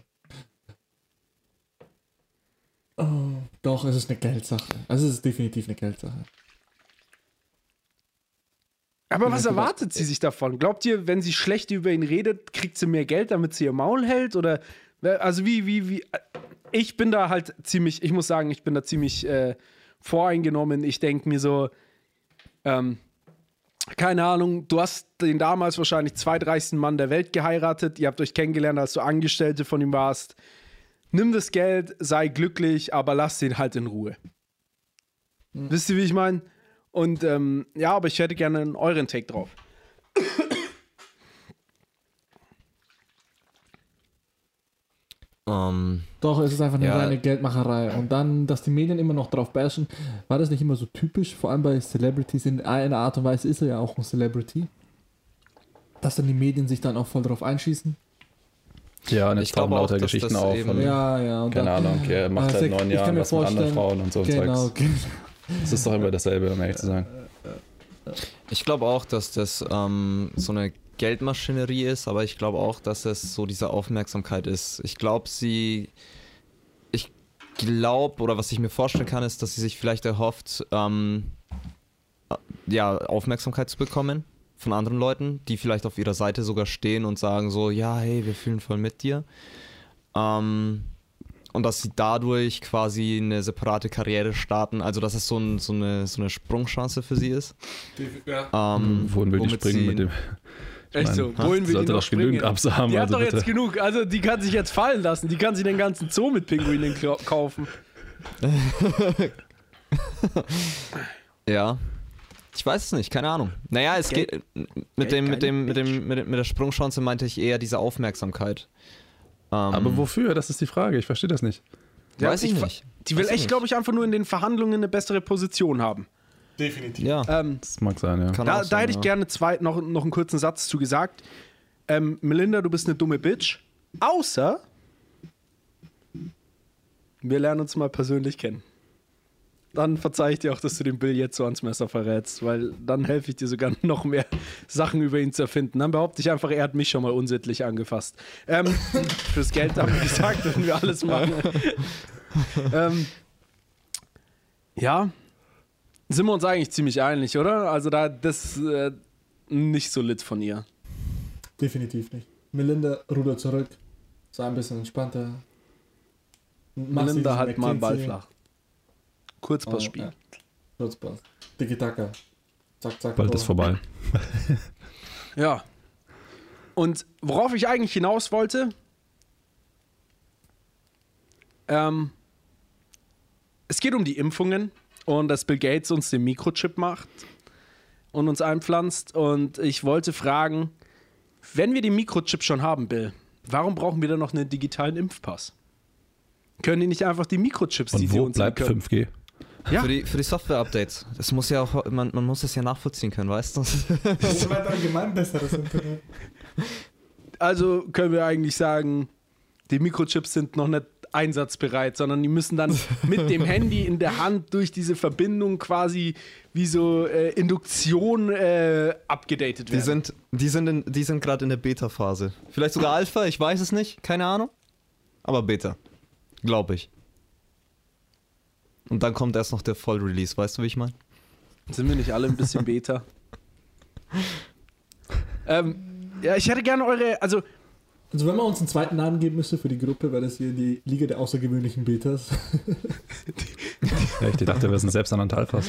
Oh, doch, es ist eine Geldsache. Also es ist definitiv eine Geldsache. Aber was erwartet sie sich davon? Glaubt ihr, wenn sie schlecht über ihn redet, kriegt sie mehr Geld, damit sie ihr Maul hält? Oder, also wie, ich bin da halt ziemlich, ich muss sagen, ich bin da ziemlich voreingenommen. Ich denke mir so, keine Ahnung, du hast den damals wahrscheinlich zweitreichsten Mann der Welt geheiratet. Ihr habt euch kennengelernt, als du Angestellte von ihm warst. Nimm das Geld, sei glücklich, aber lass ihn halt in Ruhe. Wisst ihr, wie ich meine? Und ja, aber ich hätte gerne einen euren Take drauf. Doch, es ist einfach eine Ja. reine Geldmacherei. Und dann, dass die Medien immer noch drauf bashen, war das nicht immer so typisch, vor allem bei Celebrities. In einer Art und Weise ist er ja auch ein Celebrity. Dass dann die Medien sich dann auch voll drauf einschießen. Ja, und Ich jetzt tauchen glaube auch, lauter dass Geschichten das auf. eben- Und Ja. Und keine dann, Ahnung, er macht seit 9 ich kann Jahren mir was mit anderen vorstellen, Frauen und so ein genau, Zeugs. Das ist doch immer dasselbe, um ehrlich zu sagen. Ich glaube auch, dass das so eine Geldmaschinerie ist, aber ich glaube auch, dass es so diese Aufmerksamkeit ist. Ich glaube, oder was ich mir vorstellen kann, ist, dass sie sich vielleicht erhofft, Aufmerksamkeit zu bekommen von anderen Leuten, die vielleicht auf ihrer Seite sogar stehen und sagen so, ja, hey, wir fühlen voll mit dir. Und dass sie dadurch quasi eine separate Karriere starten, also dass es so eine Sprungchance für sie ist. Wohin will die womit springen sie- mit dem? Echt so, Meine, wohin will die sollte noch doch genügend springen? Abs haben. Die hat Also doch bitte. jetzt genug, also die kann sich jetzt fallen lassen, die kann sich den ganzen Zoo mit Pinguinen kaufen. Ja. Ich weiß es nicht, keine Ahnung. Naja, es geht mit der Sprungchance meinte ich eher diese Aufmerksamkeit. Aber wofür? Das ist die Frage. Ich verstehe das nicht. Weiß ich nicht. Die will Weiß ich echt, glaube ich, einfach nur in den Verhandlungen eine bessere Position haben. Definitiv. Ja, Das mag sein, ja. kann Da auch sein, hätte ich gerne noch einen kurzen Satz zu gesagt. Melinda, du bist eine dumme Bitch. Außer wir lernen uns mal persönlich kennen. dann verzeihe ich dir auch, dass du den Bill jetzt so ans Messer verrätst, weil dann helfe ich dir sogar noch mehr Sachen über ihn zu erfinden. Dann behaupte ich einfach, er hat mich schon mal unsittlich angefasst. Fürs Geld haben wir gesagt, würden wir alles machen. Ja, sind wir uns eigentlich ziemlich einig, oder? Also das nicht so lit von ihr. Definitiv nicht. Melinda rudert zurück, sei ein bisschen entspannter. Melinda hat mal einen Ball flach. Kurzpassspiel. Ja. Kurzpass. Tiki-Taka. Zack, zack. Bald ist vorbei. Ja. Und worauf ich eigentlich hinaus wollte, es geht um die Impfungen und dass Bill Gates uns den Mikrochip macht und uns einpflanzt. Und ich wollte fragen, wenn wir den Mikrochip schon haben, Bill, warum brauchen wir dann noch einen digitalen Impfpass? Können die nicht einfach die Mikrochips, die Und sie wo uns bleibt können? 5G? Ja. Für die Software-Updates. Das muss ja auch, man muss das ja nachvollziehen können, weißt du? Das ist halt allgemein besseres Internet. Also können wir eigentlich sagen, die Mikrochips sind noch nicht einsatzbereit, sondern die müssen dann mit dem Handy in der Hand durch diese Verbindung quasi wie so Induktion abgedatet werden. Die sind gerade in der Beta-Phase. Vielleicht sogar Alpha, ich weiß es nicht, keine Ahnung. Aber Beta, glaube ich. Und dann kommt erst noch der Vollrelease, weißt du, wie ich meine? Sind wir nicht alle ein bisschen Beta? Ja, ich hätte gerne eure, also wenn man uns einen zweiten Namen geben müsste für die Gruppe, wäre das hier die Liga der außergewöhnlichen Betas. Ja, ich dachte, wir sind selbsternannte Alphas.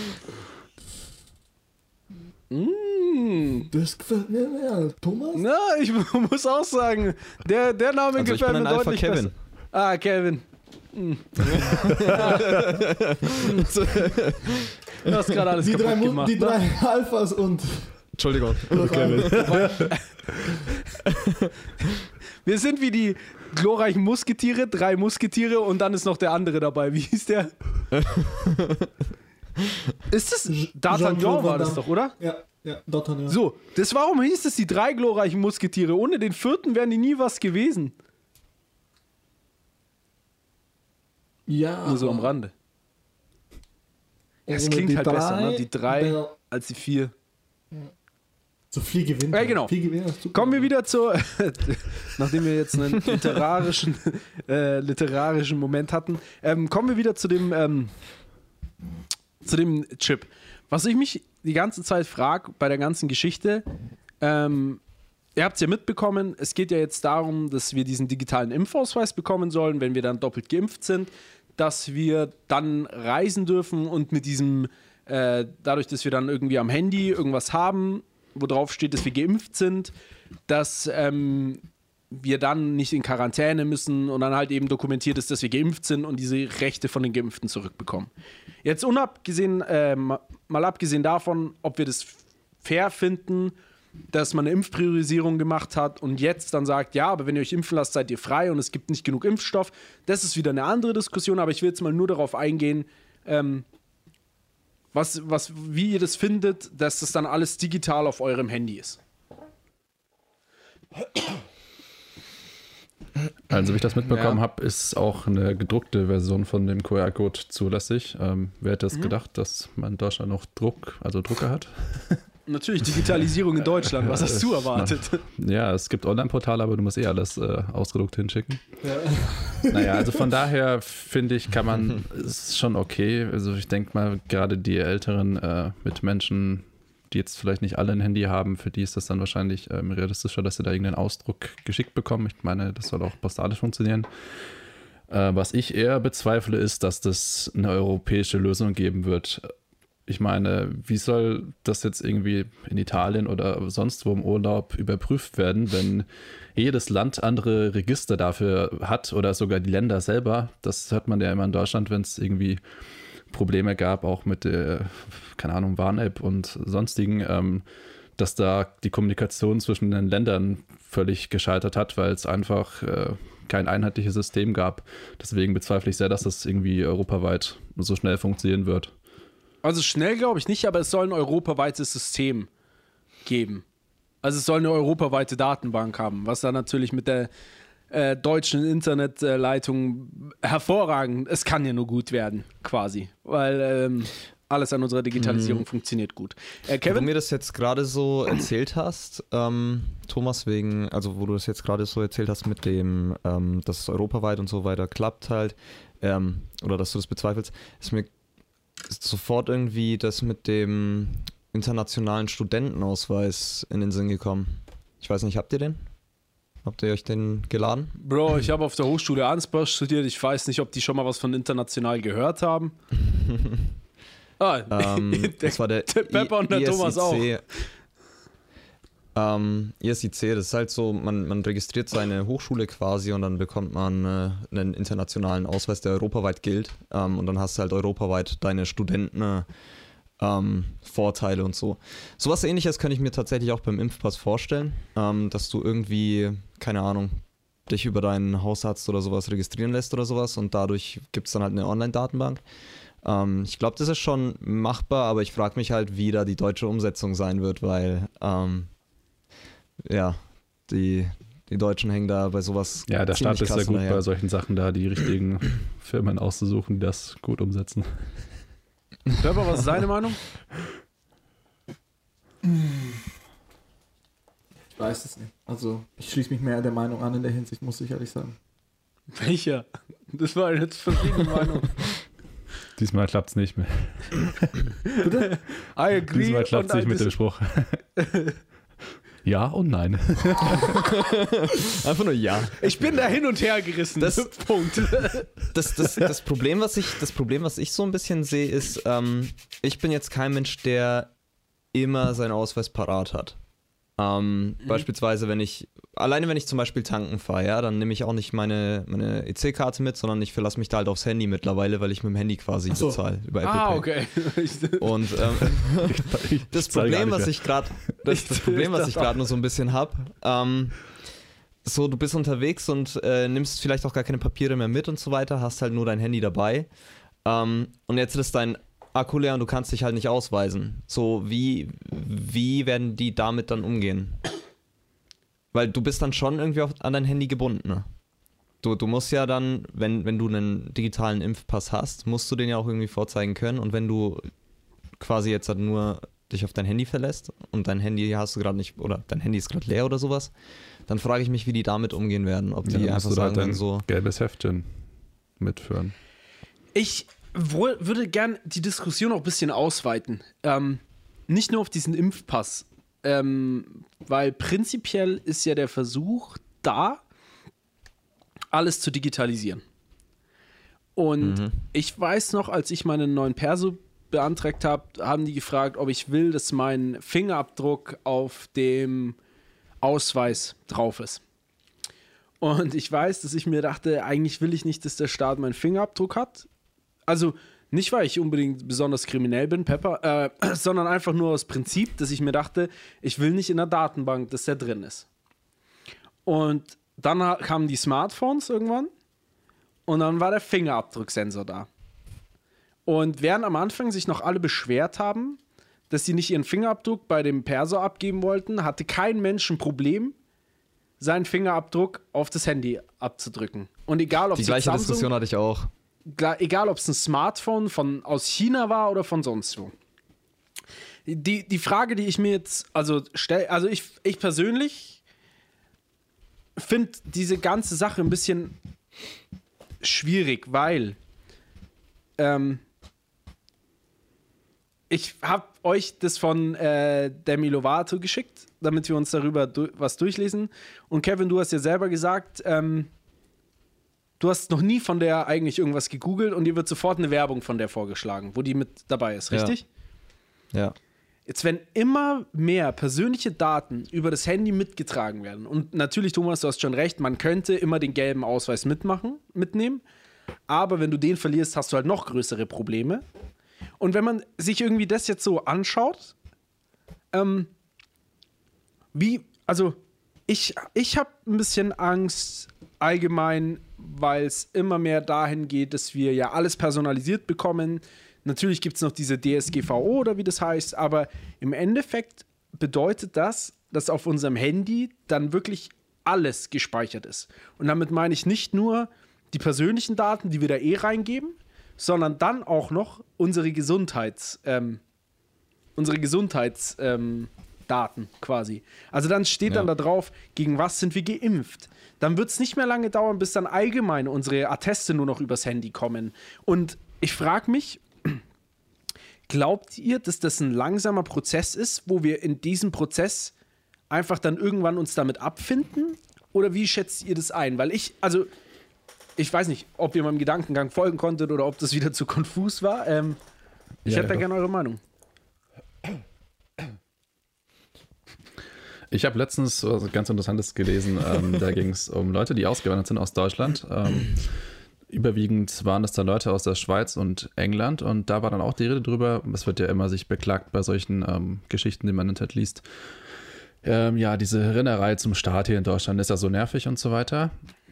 Das gefällt mir mehr. Thomas? na, ich muss auch sagen, der Name Also ich gefällt bin ein mir Alpha deutlich Kevin. besser. Ah, Kevin. Du hast gerade alles kaputt gemacht. Die drei Alphas und... Entschuldigung. Wir sind wie die glorreichen Musketiere, 3 Musketiere und dann ist noch der andere dabei. Wie hieß der? Ist das D'Artagnan war das doch, oder? Ja, D'Artagnan. So, warum hieß es die 3 glorreichen Musketiere? Ohne den 4. wären die nie was gewesen. Ja. Nur so am Rande. Ja, es ohne klingt die halt besser, ne? Die 3 wär- als die 4. So viel gewinnt. Ja, genau. Viel gewinnt, super. Kommen wir wieder zur, nachdem wir jetzt einen literarischen Moment hatten, kommen wir wieder zu dem Chip. Was ich mich die ganze Zeit frage bei der ganzen Geschichte, ihr habt es ja mitbekommen, es geht ja jetzt darum, dass wir diesen digitalen Impfausweis bekommen sollen, wenn wir dann doppelt geimpft sind, dass wir dann reisen dürfen und mit diesem, dadurch, dass wir dann irgendwie am Handy irgendwas haben, wo drauf steht, dass wir geimpft sind, dass wir dann nicht in Quarantäne müssen und dann halt eben dokumentiert ist, dass wir geimpft sind und diese Rechte von den Geimpften zurückbekommen. Jetzt mal abgesehen davon, ob wir das fair finden, dass man eine Impfpriorisierung gemacht hat und jetzt dann sagt, ja, aber wenn ihr euch impfen lasst, seid ihr frei und es gibt nicht genug Impfstoff. Das ist wieder eine andere Diskussion, aber ich will jetzt mal nur darauf eingehen, wie ihr das findet, dass das dann alles digital auf eurem Handy ist. Also, wie ich das mitbekommen habe, ist auch eine gedruckte Version von dem QR-Code zulässig. Wer hätte es gedacht, dass man in Deutschland noch Drucker hat? Natürlich, Digitalisierung in Deutschland. Was hast du erwartet? Ja, es gibt Online-Portale, aber du musst alles ausgedruckt hinschicken. Ja. Naja, also von daher finde ich, ist schon okay. Also ich denke mal, gerade die Älteren mit Menschen, die jetzt vielleicht nicht alle ein Handy haben, für die ist das dann wahrscheinlich realistischer, dass sie da irgendeinen Ausdruck geschickt bekommen. Ich meine, das soll auch postalisch funktionieren. Was ich eher bezweifle, ist, dass das eine europäische Lösung geben wird. Ich meine, wie soll das jetzt irgendwie in Italien oder sonst wo im Urlaub überprüft werden, wenn jedes Land andere Register dafür hat oder sogar die Länder selber? Das hört man ja immer in Deutschland, wenn es irgendwie Probleme gab, auch mit der, keine Ahnung, Warn-App und sonstigen, dass da die Kommunikation zwischen den Ländern völlig gescheitert hat, weil es einfach kein einheitliches System gab. Deswegen bezweifle ich sehr, dass das irgendwie europaweit so schnell funktionieren wird. Also schnell glaube ich nicht, aber es soll ein europaweites System geben. Also es soll eine europaweite Datenbank haben, was dann natürlich mit der deutschen Internetleitung hervorragend. Es kann ja nur gut werden, quasi. Weil alles an unserer Digitalisierung funktioniert gut. Wo du Kevin? mir das jetzt gerade so erzählt hast, Thomas, wo du das jetzt gerade so erzählt hast mit dem, dass es europaweit und so weiter klappt halt, oder dass du das bezweifelst, ist mir sofort irgendwie das mit dem internationalen Studentenausweis in den Sinn gekommen. Ich weiß nicht, habt ihr den? Habt ihr euch den geladen? Bro, ich habe auf der Hochschule Ansbach studiert. Ich weiß nicht, ob die schon mal was von international gehört haben. Das war der Pepper und der Thomas auch. ISIC, das ist halt so, man registriert seine Hochschule quasi und dann bekommt man einen internationalen Ausweis, der europaweit gilt. Und dann hast du halt europaweit deine Studenten Vorteile und so. Sowas Ähnliches könnte ich mir tatsächlich auch beim Impfpass vorstellen, dass du irgendwie, keine Ahnung, dich über deinen Hausarzt oder sowas registrieren lässt oder sowas und dadurch gibt es dann halt eine Online-Datenbank. Ich glaube, das ist schon machbar, aber ich frage mich halt, wie da die deutsche Umsetzung sein wird, weil die Deutschen hängen da bei sowas. Ja, der Staat ist ja gut hinterher. bei solchen Sachen da, die richtigen Firmen auszusuchen, die das gut umsetzen. Pepper, was ist deine Meinung? Ich weiß es nicht. Also, ich schließe mich mehr der Meinung an in der Hinsicht, muss ich ehrlich sagen. Welcher? Das war jetzt verschiedene Meinung. Diesmal klappt es nicht mehr. Bitte? I agree. Diesmal klappt es nicht mit dem Spruch. Ja und nein. Einfach nur ja. Ich bin da hin und her gerissen. Punkt. Das Problem, was ich so ein bisschen sehe, ist, ich bin jetzt kein Mensch, der immer seinen Ausweis parat hat. Beispielsweise, wenn ich zum Beispiel tanken fahre, ja, dann nehme ich auch nicht meine EC-Karte mit, sondern ich verlasse mich da halt aufs Handy mittlerweile, weil ich mit dem Handy quasi bezahle über Apple Pay. Okay. Und das Problem, was ich gerade nur so ein bisschen habe, so du bist unterwegs und nimmst vielleicht auch gar keine Papiere mehr mit und so weiter, hast halt nur dein Handy dabei und jetzt ist dein Akku leer und du kannst dich halt nicht ausweisen. So, wie werden die damit dann umgehen? Weil du bist dann schon irgendwie an dein Handy gebunden, ne? Du musst ja dann, wenn du einen digitalen Impfpass hast, musst du den ja auch irgendwie vorzeigen können und wenn du quasi jetzt halt nur dich auf dein Handy verlässt und dein Handy hast du gerade nicht, oder dein Handy ist gerade leer oder sowas, dann frage ich mich, wie die damit umgehen werden. Ob die einfach sagen dann so... gelbes Heftchen mitführen. Ich würde gern die Diskussion auch ein bisschen ausweiten. Nicht nur auf diesen Impfpass. Weil prinzipiell ist ja der Versuch da, alles zu digitalisieren. Und ich weiß noch, als ich meinen neuen Perso beantragt habe, haben die gefragt, ob ich will, dass mein Fingerabdruck auf dem Ausweis drauf ist. Und ich weiß, dass ich mir dachte, eigentlich will ich nicht, dass der Staat meinen Fingerabdruck hat. Also nicht, weil ich unbedingt besonders kriminell bin, Pepper, sondern einfach nur aus Prinzip, dass ich mir dachte, ich will nicht in der Datenbank, dass der drin ist. Und dann kamen die Smartphones irgendwann und dann war der Fingerabdrucksensor da. Und während am Anfang sich noch alle beschwert haben, dass sie nicht ihren Fingerabdruck bei dem Perso abgeben wollten, hatte kein Mensch ein Problem, seinen Fingerabdruck auf das Handy abzudrücken. Und egal, ob die gleiche Diskussion hatte ich auch. Egal, ob es ein Smartphone aus China war oder von sonst wo. Die Frage, die ich mir jetzt stelle, also ich persönlich finde diese ganze Sache ein bisschen schwierig, weil ich habe euch das von Demi Lovato geschickt, damit wir uns darüber was durchlesen. Und Kevin, du hast ja selber gesagt, du hast noch nie von der eigentlich irgendwas gegoogelt und dir wird sofort eine Werbung von der vorgeschlagen, wo die mit dabei ist, richtig? Ja. Jetzt, wenn immer mehr persönliche Daten über das Handy mitgetragen werden, und natürlich, Thomas, du hast schon recht, man könnte immer den gelben Ausweis mitnehmen, aber wenn du den verlierst, hast du halt noch größere Probleme. Und wenn man sich irgendwie das jetzt so anschaut, ich habe ein bisschen Angst allgemein, weil es immer mehr dahin geht, dass wir ja alles personalisiert bekommen. Natürlich gibt es noch diese DSGVO oder wie das heißt, aber im Endeffekt bedeutet das, dass auf unserem Handy dann wirklich alles gespeichert ist. Und damit meine ich nicht nur die persönlichen Daten, die wir da reingeben, sondern dann auch noch unsere Gesundheitsdaten quasi. Also dann steht dann da drauf, gegen was sind wir geimpft. Dann wird es nicht mehr lange dauern, bis dann allgemein unsere Atteste nur noch übers Handy kommen. Und ich frage mich, glaubt ihr, dass das ein langsamer Prozess ist, wo wir in diesem Prozess einfach dann irgendwann uns damit abfinden? Oder wie schätzt ihr das ein? Weil ich weiß nicht, ob ihr meinem Gedankengang folgen konntet oder ob das wieder zu konfus war. Ich hätte da gerne eure Meinung. Ich habe letztens was ganz Interessantes gelesen. Da ging es um Leute, die ausgewandert sind aus Deutschland. Überwiegend waren es dann Leute aus der Schweiz und England. Und da war dann auch die Rede drüber. Es wird ja immer sich beklagt bei solchen Geschichten, die man im Internet liest. Diese Rennerei zum Staat hier in Deutschland ist ja so nervig und so weiter.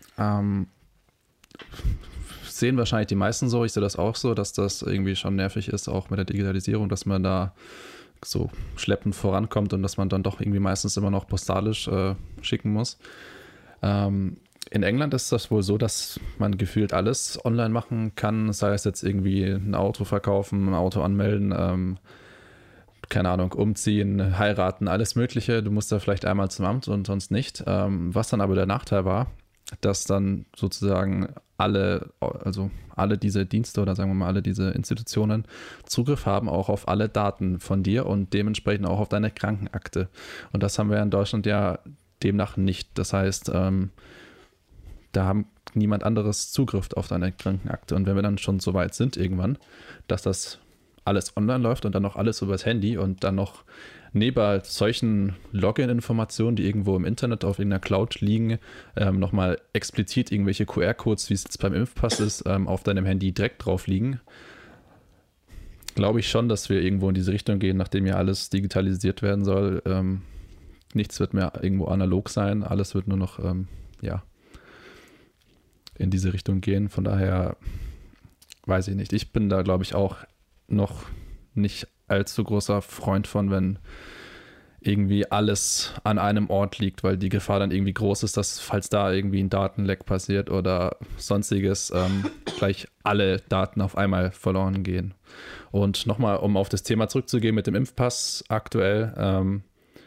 Sehen wahrscheinlich die meisten so. Ich sehe das auch so, dass das irgendwie schon nervig ist, auch mit der Digitalisierung, dass man da so schleppend vorankommt und dass man dann doch irgendwie meistens immer noch postalisch schicken muss. In England ist das wohl so, dass man gefühlt alles online machen kann, sei es jetzt irgendwie ein Auto verkaufen, ein Auto anmelden, keine Ahnung, umziehen, heiraten, alles Mögliche. Du musst da vielleicht einmal zum Amt und sonst nicht. Was dann aber der Nachteil war, dass dann sozusagen alle diese Dienste oder sagen wir mal alle diese Institutionen Zugriff haben auch auf alle Daten von dir und dementsprechend auch auf deine Krankenakte. Und das haben wir in Deutschland ja demnach nicht. Das heißt, da haben niemand anderes Zugriff auf deine Krankenakte. Und wenn wir dann schon so weit sind irgendwann, dass das alles online läuft und dann noch alles übers Handy und dann noch neben solchen Login-Informationen, die irgendwo im Internet auf irgendeiner Cloud liegen, nochmal explizit irgendwelche QR-Codes, wie es jetzt beim Impfpass ist, auf deinem Handy direkt drauf liegen, glaube ich schon, dass wir irgendwo in diese Richtung gehen, nachdem ja alles digitalisiert werden soll. Nichts wird mehr irgendwo analog sein, alles wird nur noch, in diese Richtung gehen. Von daher weiß ich nicht. Ich bin da, glaube ich, auch noch nicht allzu großer Freund von, wenn irgendwie alles an einem Ort liegt, weil die Gefahr dann irgendwie groß ist, dass falls da irgendwie ein Datenleck passiert oder sonstiges, gleich alle Daten auf einmal verloren gehen. Und nochmal, um auf das Thema zurückzugehen mit dem Impfpass aktuell,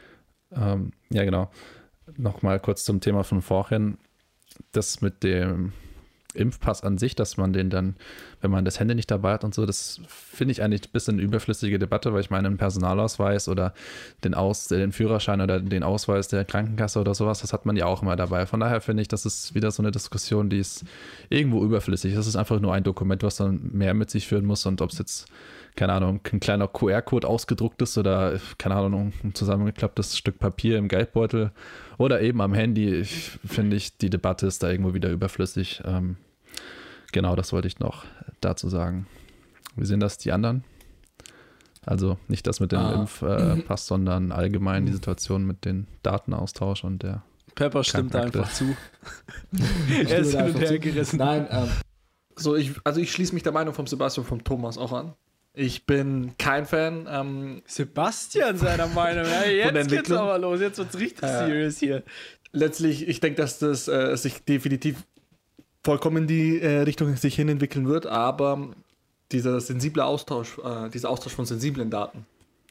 nochmal kurz zum Thema von vorhin, das mit dem Impfpass an sich, dass man den dann, wenn man das Handy nicht dabei hat und so, das finde ich eigentlich ein bisschen eine überflüssige Debatte, weil ich meine, einen Personalausweis oder den Führerschein oder den Ausweis der Krankenkasse oder sowas, das hat man ja auch immer dabei. Von daher finde ich, das ist wieder so eine Diskussion, die ist irgendwo überflüssig. Das ist einfach nur ein Dokument, was dann mehr mit sich führen muss und ob es jetzt, keine Ahnung, ein kleiner QR-Code ausgedruckt ist oder, keine Ahnung, ein zusammengeklapptes Stück Papier im Geldbeutel oder eben am Handy, finde ich, die Debatte ist da irgendwo wieder überflüssig. Genau, das wollte ich noch dazu sagen. Wie sehen das die anderen? Also nicht das mit dem Impfpass, sondern allgemein die Situation mit dem Datenaustausch und der Pepper stimmt einfach zu. Er ist hin und her gerissen. Nein, ich schließe mich der Meinung von Sebastian und von Thomas auch an. Ich bin kein Fan. Sebastian seiner Meinung. Hey, jetzt geht's aber los. Jetzt wird's richtig serious hier. Letztlich, ich denke, dass das sich definitiv vollkommen in die Richtung sich hin entwickeln wird, aber dieser sensible Austausch, dieser Austausch von sensiblen Daten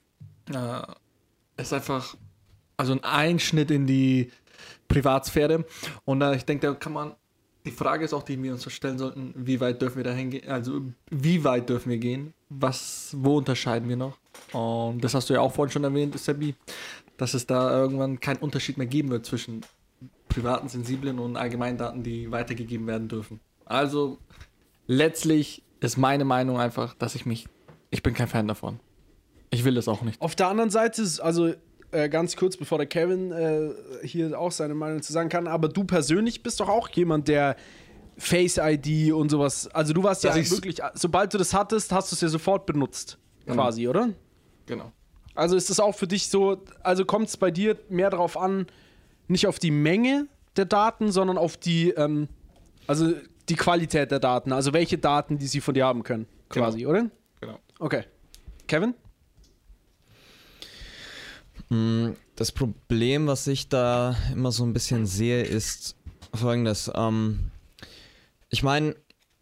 ist einfach ein Einschnitt in die Privatsphäre. Und ich denke, da kann man, die Frage ist auch, die wir uns stellen sollten, wie weit dürfen wir da hingehen, also wie weit dürfen wir gehen, wo unterscheiden wir noch? Und das hast du ja auch vorhin schon erwähnt, Sebi, dass es da irgendwann keinen Unterschied mehr geben wird zwischen privaten, sensiblen und allgemeinen Daten, die weitergegeben werden dürfen. Also letztlich ist meine Meinung einfach, dass ich bin kein Fan davon. Ich will das auch nicht. Auf der anderen Seite ist, ganz kurz, bevor der Kevin hier auch seine Meinung zu sagen kann, aber du persönlich bist doch auch jemand, der Face-ID und sowas, also du warst ja wirklich, sobald du das hattest, hast du es ja sofort benutzt, quasi, oder? Genau. Also ist das auch für dich so, also kommt es bei dir mehr darauf an, nicht auf die Menge der Daten, sondern auf die, die Qualität der Daten, also welche Daten, die sie von dir haben können, quasi, oder? Genau. Okay. Kevin? Das Problem, was ich da immer so ein bisschen sehe, ist folgendes. Ich meine,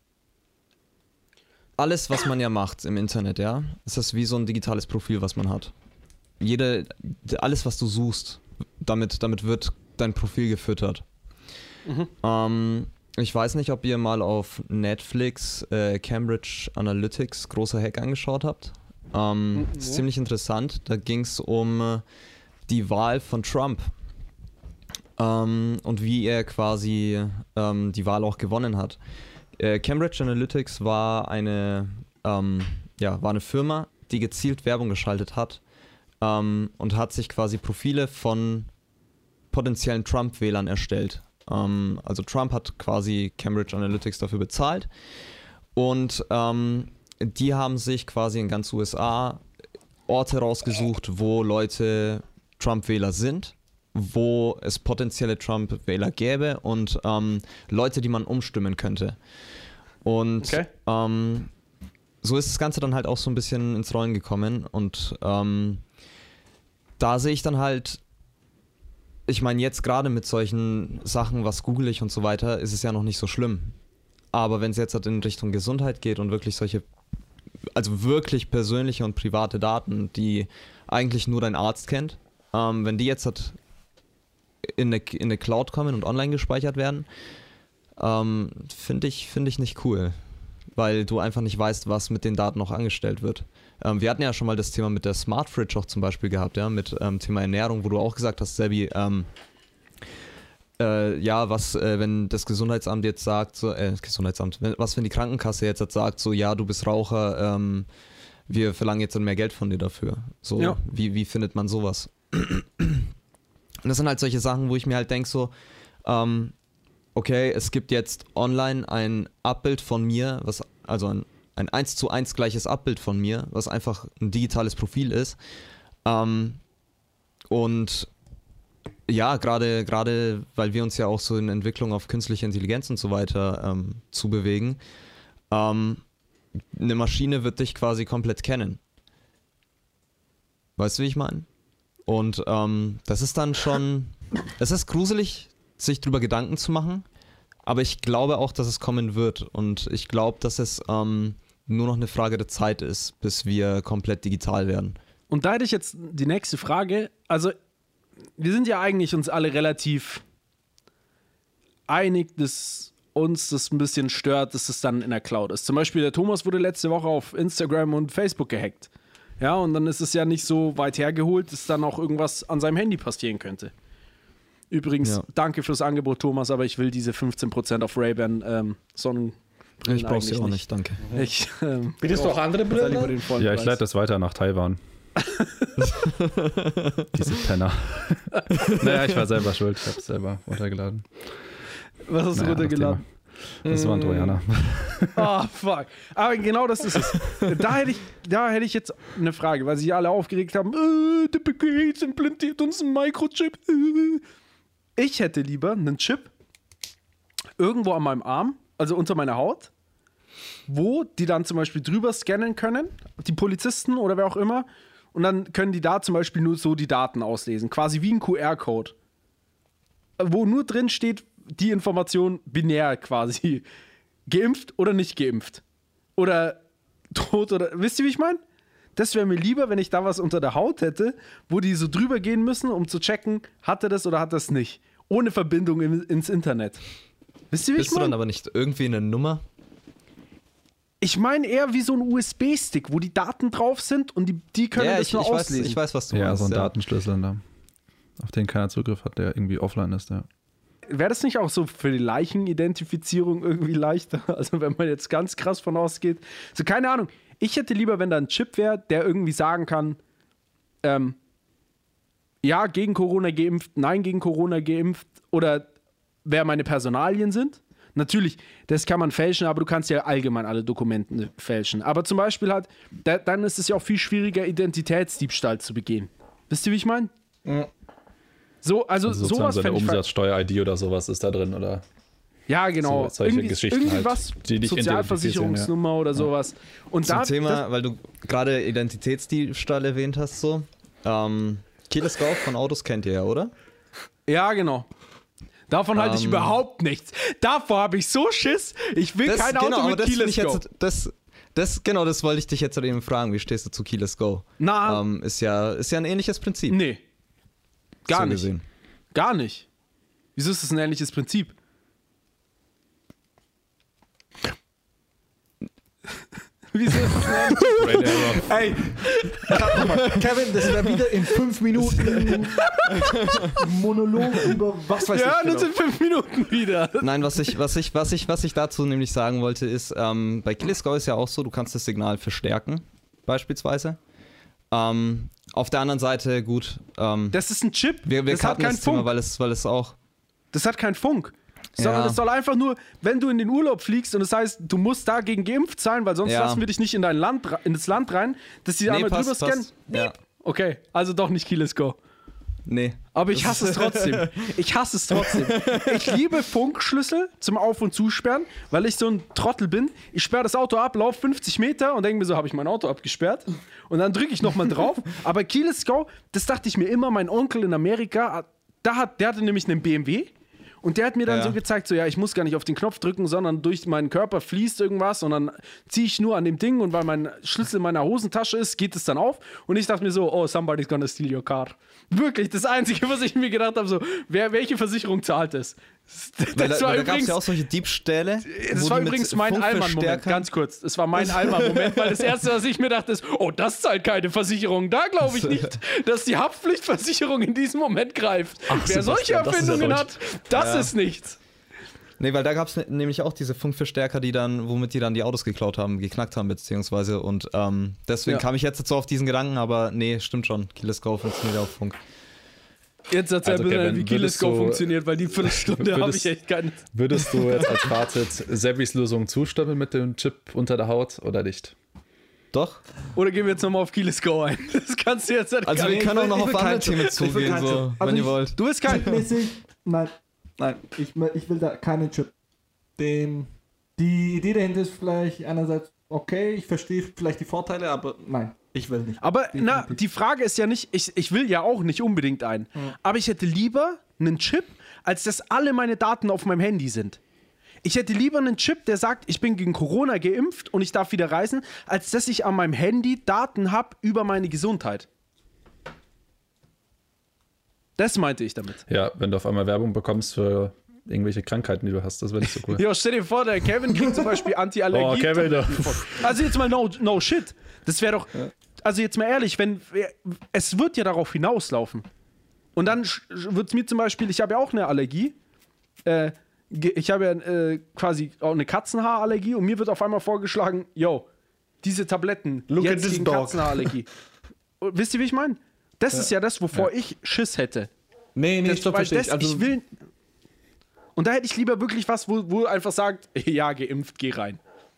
alles, was man ja macht im Internet, ja, ist das wie so ein digitales Profil, was man hat. Alles, was du suchst, damit wird dein Profil gefüttert. Ich weiß nicht, ob ihr mal auf Netflix Cambridge Analytics, großer Hack, angeschaut habt. Ist ziemlich interessant. Da ging es um die Wahl von Trump und wie er quasi die Wahl auch gewonnen hat. Cambridge Analytics war eine Firma, die gezielt Werbung geschaltet hat und hat sich quasi Profile von potenziellen Trump-Wählern erstellt. Also Trump hat quasi Cambridge Analytics dafür bezahlt und die haben sich quasi in ganz USA Orte rausgesucht, wo Leute Trump-Wähler sind, wo es potenzielle Trump-Wähler gäbe und Leute, die man umstimmen könnte. Und so ist das Ganze dann halt auch so ein bisschen ins Rollen gekommen und da sehe ich dann halt, ich meine, jetzt gerade mit solchen Sachen, was google ich und so weiter, ist es ja noch nicht so schlimm. Aber wenn es jetzt halt in Richtung Gesundheit geht und wirklich solche, also wirklich persönliche und private Daten, die eigentlich nur dein Arzt kennt, wenn die jetzt halt in eine Cloud kommen und online gespeichert werden, finde ich nicht cool. Weil du einfach nicht weißt, was mit den Daten noch angestellt wird. Wir hatten ja schon mal das Thema mit der Smart Fridge auch zum Beispiel gehabt, ja, mit Thema Ernährung, wo du auch gesagt hast, Sebi, wenn das Gesundheitsamt jetzt sagt, so, wenn die Krankenkasse jetzt halt sagt, so, ja, du bist Raucher, wir verlangen jetzt dann mehr Geld von dir dafür. So, ja. Wie findet man sowas? Und das sind halt solche Sachen, wo ich mir halt denke, so, okay, es gibt jetzt online ein Abbild von mir, also ein 1:1 gleiches Abbild von mir, was einfach ein digitales Profil ist. Und ja, gerade weil wir uns ja auch so in Entwicklung auf künstliche Intelligenz und so weiter zubewegen, eine Maschine wird dich quasi komplett kennen. Weißt du, wie ich meine? Und das ist dann schon, es ist gruselig, sich drüber Gedanken zu machen, aber ich glaube auch, dass es kommen wird und ich glaube, dass es nur noch eine Frage der Zeit ist, bis wir komplett digital werden. Und da hätte ich jetzt die nächste Frage, also wir sind ja eigentlich uns alle relativ einig, dass uns das ein bisschen stört, dass es dann in der Cloud ist. Zum Beispiel der Thomas wurde letzte Woche auf Instagram und Facebook gehackt. Ja, und dann ist es ja nicht so weit hergeholt, dass dann auch irgendwas an seinem Handy passieren könnte. Übrigens, Danke fürs Angebot, Thomas, aber ich will diese 15% auf Ray-Ban Sonnenbrillen. Ich brauche sie auch nicht, danke. Bietest du auch andere Brillen? Ja, ich leite das weiter nach Taiwan. Diese Penner. Naja, ich war selber schuld, ich habe es selber runtergeladen. Was hast du runtergeladen? Das war ein Trojaner. Oh, fuck. Aber genau das ist es. Da hätte ich jetzt eine Frage, weil sich alle aufgeregt haben, der Bill Gates implantiert uns einen Microchip. Ich hätte lieber einen Chip irgendwo an meinem Arm, also unter meiner Haut, wo die dann zum Beispiel drüber scannen können, die Polizisten oder wer auch immer, und dann können die da zum Beispiel nur so die Daten auslesen, quasi wie ein QR-Code, wo nur drin steht, die Information binär quasi, geimpft oder nicht geimpft oder tot oder, wisst ihr, wie ich meine? Das wäre mir lieber, wenn ich da was unter der Haut hätte, wo die so drüber gehen müssen, um zu checken, hat er das oder hat er es nicht, ohne Verbindung ins Internet. Wisst ihr, wie ich meine? Bist du dann aber nicht irgendwie eine Nummer? Ich meine eher wie so ein USB-Stick, wo die Daten drauf sind und die können das nur auslesen. Ich weiß, was du meinst. Ja, so ein Datenschlüssel, auf den keiner Zugriff hat, der irgendwie offline ist, ja. Wäre das nicht auch so für die Leichenidentifizierung irgendwie leichter? Also wenn man jetzt ganz krass von ausgeht. So, keine Ahnung. Ich hätte lieber, wenn da ein Chip wäre, der irgendwie sagen kann, ja, gegen Corona geimpft, nein, gegen Corona geimpft oder wer meine Personalien sind. Natürlich, das kann man fälschen, aber du kannst ja allgemein alle Dokumente fälschen. Aber zum Beispiel halt, dann ist es ja auch viel schwieriger, Identitätsdiebstahl zu begehen. Wisst ihr, wie ich meine? Ja. So, also sowas so eine Umsatzsteuer-ID oder sowas ist da drin, oder? Ja, genau. So, solche Geschichten irgendwas, halt, die dich Sozialversicherungsnummer oder sowas. Und zum Thema, weil du gerade Identitätsdiebstahl erwähnt hast, so. Keyless Go von Autos kennt ihr ja, oder? Ja, genau. Davon halte ich überhaupt nichts. Davor habe ich so Schiss. Ich will kein Auto mit Keyless Go. Das wollte ich dich jetzt eben fragen. Wie stehst du zu Keyless Go? Na, ist ja ein ähnliches Prinzip. nee. Gar so nicht. gesehen. Gar nicht. Wieso ist das ein ähnliches Prinzip? Wieso ist das ein ähnliches Ey, Kevin, das wäre wieder in 5 Minuten Monolog über was weiß Ja, ich genau. nur in 5 Minuten wieder. Nein, was ich dazu nämlich sagen wollte, ist, bei Keyless Go ist ja auch so, du kannst das Signal verstärken, beispielsweise. Auf der anderen Seite, gut, Das ist ein Chip. wir das hat cutten keinen das Thema, Funk. weil es auch... Das hat keinen Funk. Sondern Ja. es soll einfach nur, wenn du in den Urlaub fliegst und das heißt, du musst dagegen geimpft sein, weil sonst Ja. lassen wir dich nicht in dein Land, in das Land rein, dass die einmal drüber scannen. Ja. Okay, also doch nicht Keyless Go. Nee. Aber ich hasse es trotzdem. Ich hasse es trotzdem. Ich liebe Funkschlüssel zum Auf- und Zusperren, weil ich so ein Trottel bin. Ich sperre das Auto ab, laufe 50 Meter und denke mir so, habe ich mein Auto abgesperrt? Und dann drücke ich nochmal drauf. Aber Keyless Go, das dachte ich mir immer, mein Onkel in Amerika, der hatte nämlich einen BMW. Und der hat mir dann Ja. so gezeigt, so ja, ich muss gar nicht auf den Knopf drücken, sondern durch meinen Körper fließt irgendwas und dann ziehe ich nur an dem Ding und weil mein Schlüssel in meiner Hosentasche ist, geht es dann auf. Und ich dachte mir so, oh, somebody's gonna steal your car. Wirklich, das Einzige, was ich mir gedacht habe, so, welche Versicherung zahlt das? Weil Das da war gab es übrigens, ja auch solche Diebstähle. das wo war die mit übrigens mein Allmann-Moment, Funkverstärkern- ganz kurz. Das war mein Allmann-Moment, weil das Erste, was ich mir dachte, ist, oh, das zahlt keine Versicherung. Da glaube ich nicht, dass die Haftpflichtversicherung in diesem Moment greift. Wer solche Sebastian, das ist ja Erfindungen deutsch. hat, das ist nichts. Nee, weil da gab es nämlich auch diese Funkverstärker, womit die dann die Autos geknackt haben, beziehungsweise. Und deswegen Ja. kam ich jetzt so auf diesen Gedanken, aber nee, stimmt schon. Keyless Go funktioniert auf Funk. Jetzt erzähl Also, bitte, Kevin, wie Keyless Go würdest du- funktioniert, weil die Viertelstunde habe ich echt keine. Würdest du jetzt als Fazit Sebis Lösung zustimmen mit dem Chip unter der Haut oder nicht? Doch? Oder gehen wir jetzt nochmal auf Keyless Go ein? Das kannst du jetzt nicht. Also wir ich können auch will- noch ich auf will andere keinen Themen Chip. Ich will zugehen, keinen so, Chip. Also wenn ihr ich- wollt. Du bist kein. Chipmäßig, nein, ich will da keinen Chip. Die Idee dahinter ist vielleicht einerseits okay, ich verstehe vielleicht die Vorteile, aber nein, ich will nicht. Aber na, die Frage ist ja nicht, ich will ja auch nicht unbedingt einen. Aber ich hätte lieber einen Chip, als dass alle meine Daten auf meinem Handy sind. Ich hätte lieber einen Chip, der sagt, ich bin gegen Corona geimpft und ich darf wieder reisen, als dass ich an meinem Handy Daten habe über meine Gesundheit. Das meinte ich damit. Ja, wenn du auf einmal Werbung bekommst für irgendwelche Krankheiten, die du hast, das wäre nicht so cool. Ja, stell dir vor, der Kevin kriegt zum Beispiel Anti-Allergie. Oh, Kevin, Also jetzt mal no shit. Das wäre doch, also jetzt mal ehrlich, es wird ja darauf hinauslaufen. Und dann wird es mir zum Beispiel, ich habe ja auch eine Allergie, ich habe ja quasi auch eine Katzenhaarallergie und mir wird auf einmal vorgeschlagen, yo, diese Tabletten, Look at jetzt this gegen dog. Katzenhaarallergie. Und wisst ihr, wie ich meine? Das ist ja das, wovor ich Schiss hätte. Nee, Das, stopp, weil verstehe das, ich. Also, ich will. Und da hätte ich lieber wirklich was, wo einfach sagt, ja, geimpft, geh rein.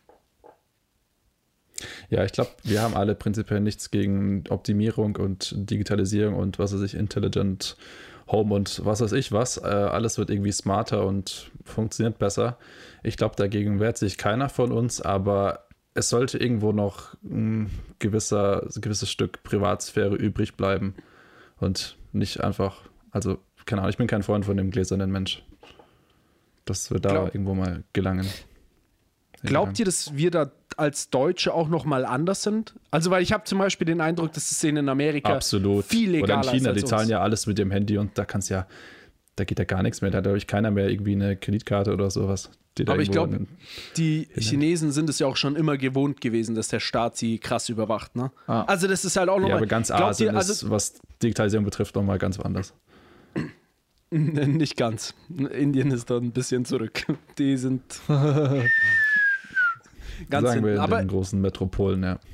Ja, ich glaube, wir haben alle prinzipiell nichts gegen Optimierung und Digitalisierung und was weiß ich, Intelligent Home und was weiß ich was. Alles wird irgendwie smarter und funktioniert besser. Ich glaube, dagegen wehrt sich keiner von uns, aber es sollte irgendwo noch ein gewisses Stück Privatsphäre übrig bleiben und nicht einfach, also keine Ahnung, ich bin kein Freund von dem gläsernen Mensch. Dass wir da irgendwo mal gelangen. Glaubt ihr, dass wir da als Deutsche auch noch mal anders sind? Also, weil ich habe zum Beispiel den Eindruck, dass es in Amerika Absolut. viel legaler Oder in China, ist als die zahlen uns. ja alles mit dem Handy und da kannst ja, da geht ja gar nichts mehr. Da hat dadurch keiner mehr irgendwie eine Kreditkarte oder sowas. Die da Aber ich irgendwo glaube, die Chinesen sind es ja auch schon immer gewohnt gewesen, dass der Staat sie krass überwacht. Ne? Also, das ist halt auch ja, nochmal. aber ganz Asien ist, was Digitalisierung betrifft, nochmal ganz woanders. Nicht ganz. Indien ist da ein bisschen zurück. Die sind ganz Sagen wir hinten. in Aber den großen Metropolen, ja.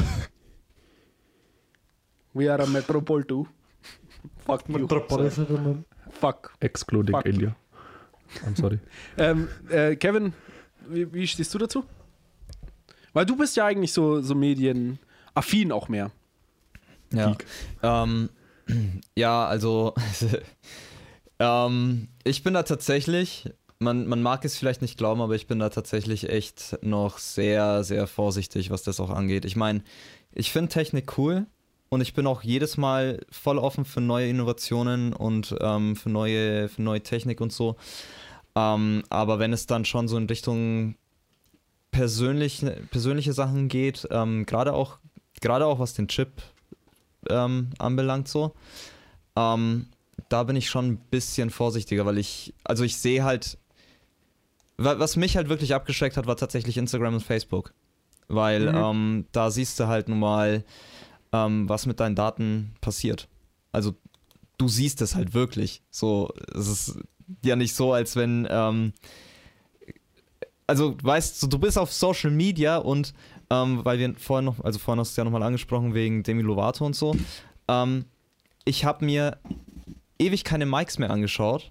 we are a metropole too. Fuck you. Fuck. Excluding Fuck. India. I'm sorry. Kevin, wie stehst du dazu? Weil du bist ja eigentlich so medienaffin auch mehr. Ja. Ja, also ich bin da tatsächlich, man mag es vielleicht nicht glauben, aber ich bin da tatsächlich echt noch sehr, sehr vorsichtig, was das auch angeht. Ich meine, ich finde Technik cool, und ich bin auch jedes Mal voll offen für neue Innovationen und für neue Technik und so. Aber wenn es dann schon so in Richtung persönliche Sachen geht, gerade auch was den Chip anbelangt so, da bin ich schon ein bisschen vorsichtiger, weil ich sehe halt, was mich halt wirklich abgeschreckt hat, war tatsächlich Instagram und Facebook. Weil da siehst du halt nun mal, was mit deinen Daten passiert. Also du siehst es halt wirklich. So, es ist ja nicht so, als wenn, also weißt du, du bist auf Social Media und weil wir vorhin hast du es ja nochmal angesprochen wegen Demi Lovato und so, ich habe mir ewig keine Mics mehr angeschaut.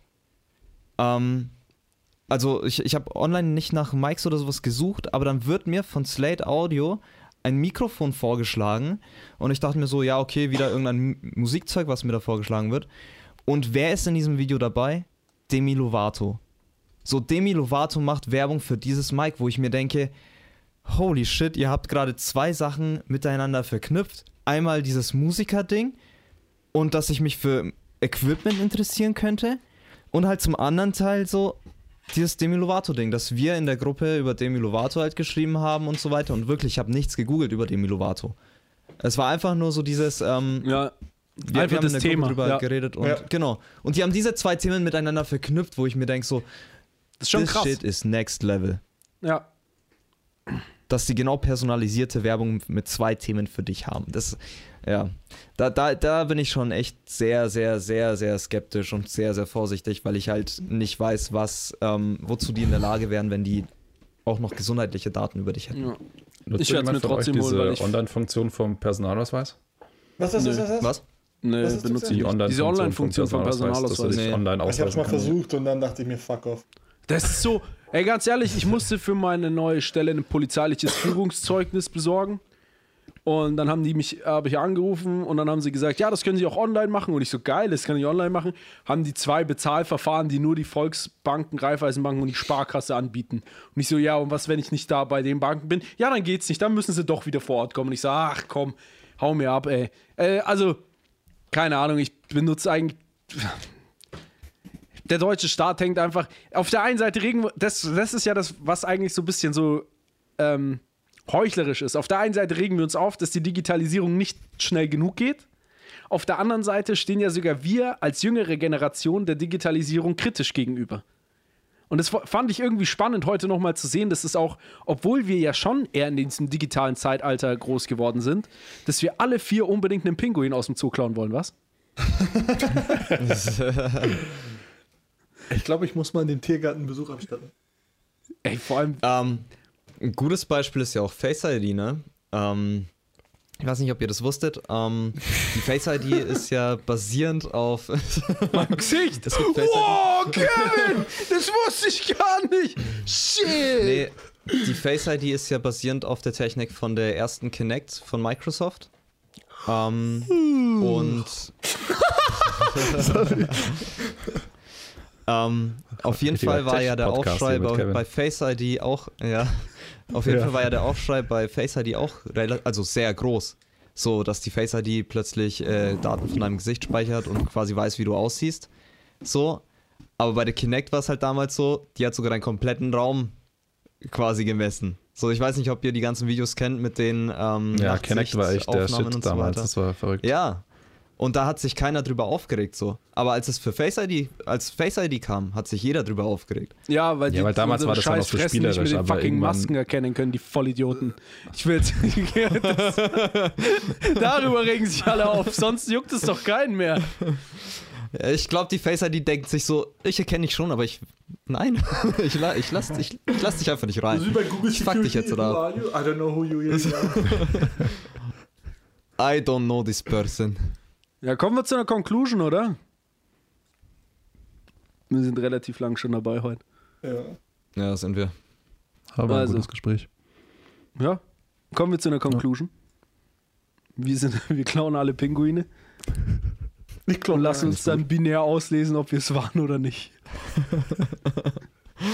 Also ich habe online nicht nach Mics oder sowas gesucht, aber dann wird mir von Slate Audio ein Mikrofon vorgeschlagen und ich dachte mir so, ja okay, wieder irgendein Musikzeug, was mir da vorgeschlagen wird. Und wer ist in diesem Video dabei? Demi Lovato. So, Demi Lovato macht Werbung für dieses Mic, wo ich mir denke, holy shit, ihr habt gerade 2 Sachen miteinander verknüpft. Einmal dieses Musiker-Ding und dass ich mich für Equipment interessieren könnte und halt zum anderen Teil so dieses Demi Lovato-Ding, dass wir in der Gruppe über Demi Lovato halt geschrieben haben und so weiter und wirklich, ich habe nichts gegoogelt über Demi Lovato. Es war einfach nur so dieses, Ja, wir einfach haben das in der Thema. Gruppe drüber geredet und genau. Und die haben diese 2 Themen miteinander verknüpft, wo ich mir denke so, Das ist schon this krass. shit is next level. Ja. Dass die genau personalisierte Werbung mit 2 Themen für dich haben. Das, ja, da bin ich schon echt sehr, sehr, sehr, sehr skeptisch und sehr, sehr vorsichtig, weil ich halt nicht weiß, wozu die in der Lage wären, wenn die auch noch gesundheitliche Daten über dich hätten. Ja. Nutzt Ich werde es jemand mir von euch trotzdem holen, weil diese ich. Online-Funktion vom Personalausweis? Was? Was? Ne, Was hast du benutze gesagt? ich nicht. Diese Online-Funktion vom dass du Personalausweis. dich Nee. online Ich hab's ausweisen mal kannst. versucht und dann dachte ich mir, fuck off. Das ist so, ey, ganz ehrlich, ich musste für meine neue Stelle ein polizeiliches Führungszeugnis besorgen. Und dann habe ich angerufen und dann haben sie gesagt, ja, das können Sie auch online machen. Und ich so, geil, das kann ich online machen. Haben die 2 Bezahlverfahren, die nur die Volksbanken, Raiffeisenbanken und die Sparkasse anbieten. Und ich so, ja, und was, wenn ich nicht da bei den Banken bin? Ja, dann geht's nicht, dann müssen sie doch wieder vor Ort kommen. Und ich so, ach komm, hau mir ab, ey. Also, keine Ahnung, ich benutze eigentlich... Der deutsche Staat hängt einfach. Auf der einen Seite das ist ja das, was eigentlich so ein bisschen so heuchlerisch ist. Auf der einen Seite regen wir uns auf, dass die Digitalisierung nicht schnell genug geht. Auf der anderen Seite stehen ja sogar wir als jüngere Generation der Digitalisierung kritisch gegenüber. Und das fand ich irgendwie spannend, heute nochmal zu sehen, dass es auch, obwohl wir ja schon eher in diesem digitalen Zeitalter groß geworden sind, dass wir alle 4 unbedingt einen Pinguin aus dem Zoo klauen wollen, was? Ich glaube, ich muss mal in den Tiergarten einen Besuch abstatten. Ey, vor allem. Ein gutes Beispiel ist ja auch Face ID, ne? Ich weiß nicht, ob ihr das wusstet. Die Face ID ist ja basierend auf Mein Gesicht! Es gibt Face Wow, Kevin! Das wusste ich gar nicht! Shit! Nee, die Face ID ist ja basierend auf der Technik von der ersten Kinect von Microsoft. Und auf jeden Fall war ja der Aufschrei bei Face ID auch, ja, auf jeden Fall war ja der Aufschrei bei Face ID auch also sehr groß. So, dass die Face ID plötzlich Daten von deinem Gesicht speichert und quasi weiß, wie du aussiehst. So, aber bei der Kinect war es halt damals so, die hat sogar deinen kompletten Raum quasi gemessen. So, ich weiß nicht, ob ihr die ganzen Videos kennt mit den ja, Kinect war echt der Shit und so damals, weiter. das war verrückt. Ja, und da hat sich keiner drüber aufgeregt so. Aber als es für Face ID kam, hat sich jeder drüber aufgeregt. Ja, weil damals war das ja noch so Fressen spielerisch, nicht mit den aber fucking irgendwann- Masken erkennen können, die Vollidioten. Ich will darüber regen sich alle auf, sonst juckt es doch keinen mehr. Ja, ich glaube, die Face ID denkt sich so, ich erkenne dich schon, aber nein, ich lass dich einfach nicht rein. Bei Google Ich fuck dich jetzt, oder? Who are you? I don't know who you is. I don't know this person. Ja, kommen wir zu einer Conclusion, oder? Wir sind relativ lang schon dabei heute. Ja. Ja, das sind wir. Aber ein Also. gutes Gespräch. Ja, kommen wir zu einer Conclusion. Wir klauen alle Pinguine und lassen uns dann binär auslesen, ob wir es waren oder nicht.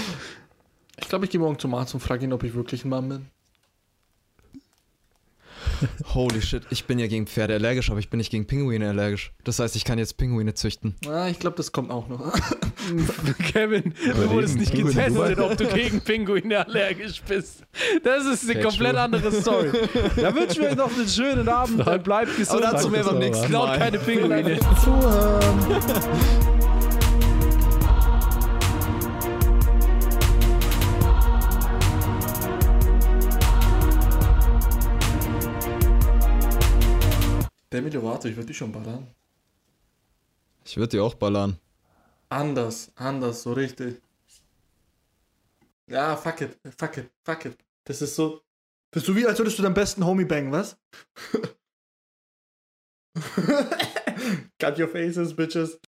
Ich glaube, ich gehe morgen zum Arzt und frage ihn, ob ich wirklich ein Mann bin. Holy shit, ich bin ja gegen Pferde allergisch, aber ich bin nicht gegen Pinguine allergisch. Das heißt, ich kann jetzt Pinguine züchten. Ich glaube, das kommt auch noch. Kevin, du wurdest nicht getestet, ob du gegen Pinguine allergisch bist. Das ist eine komplett andere Story. Da wünschen wir euch noch einen schönen Abend. Bleibt gesund. Aber dazu mehr beim nächsten Klaut Mal. keine Pinguine. Demi, warte, ich würde dich schon ballern. Ich würde die auch ballern. Anders, so richtig. Ja, fuck it. Das ist so wie, als würdest du deinen besten Homie bangen, was? Cut your faces, bitches.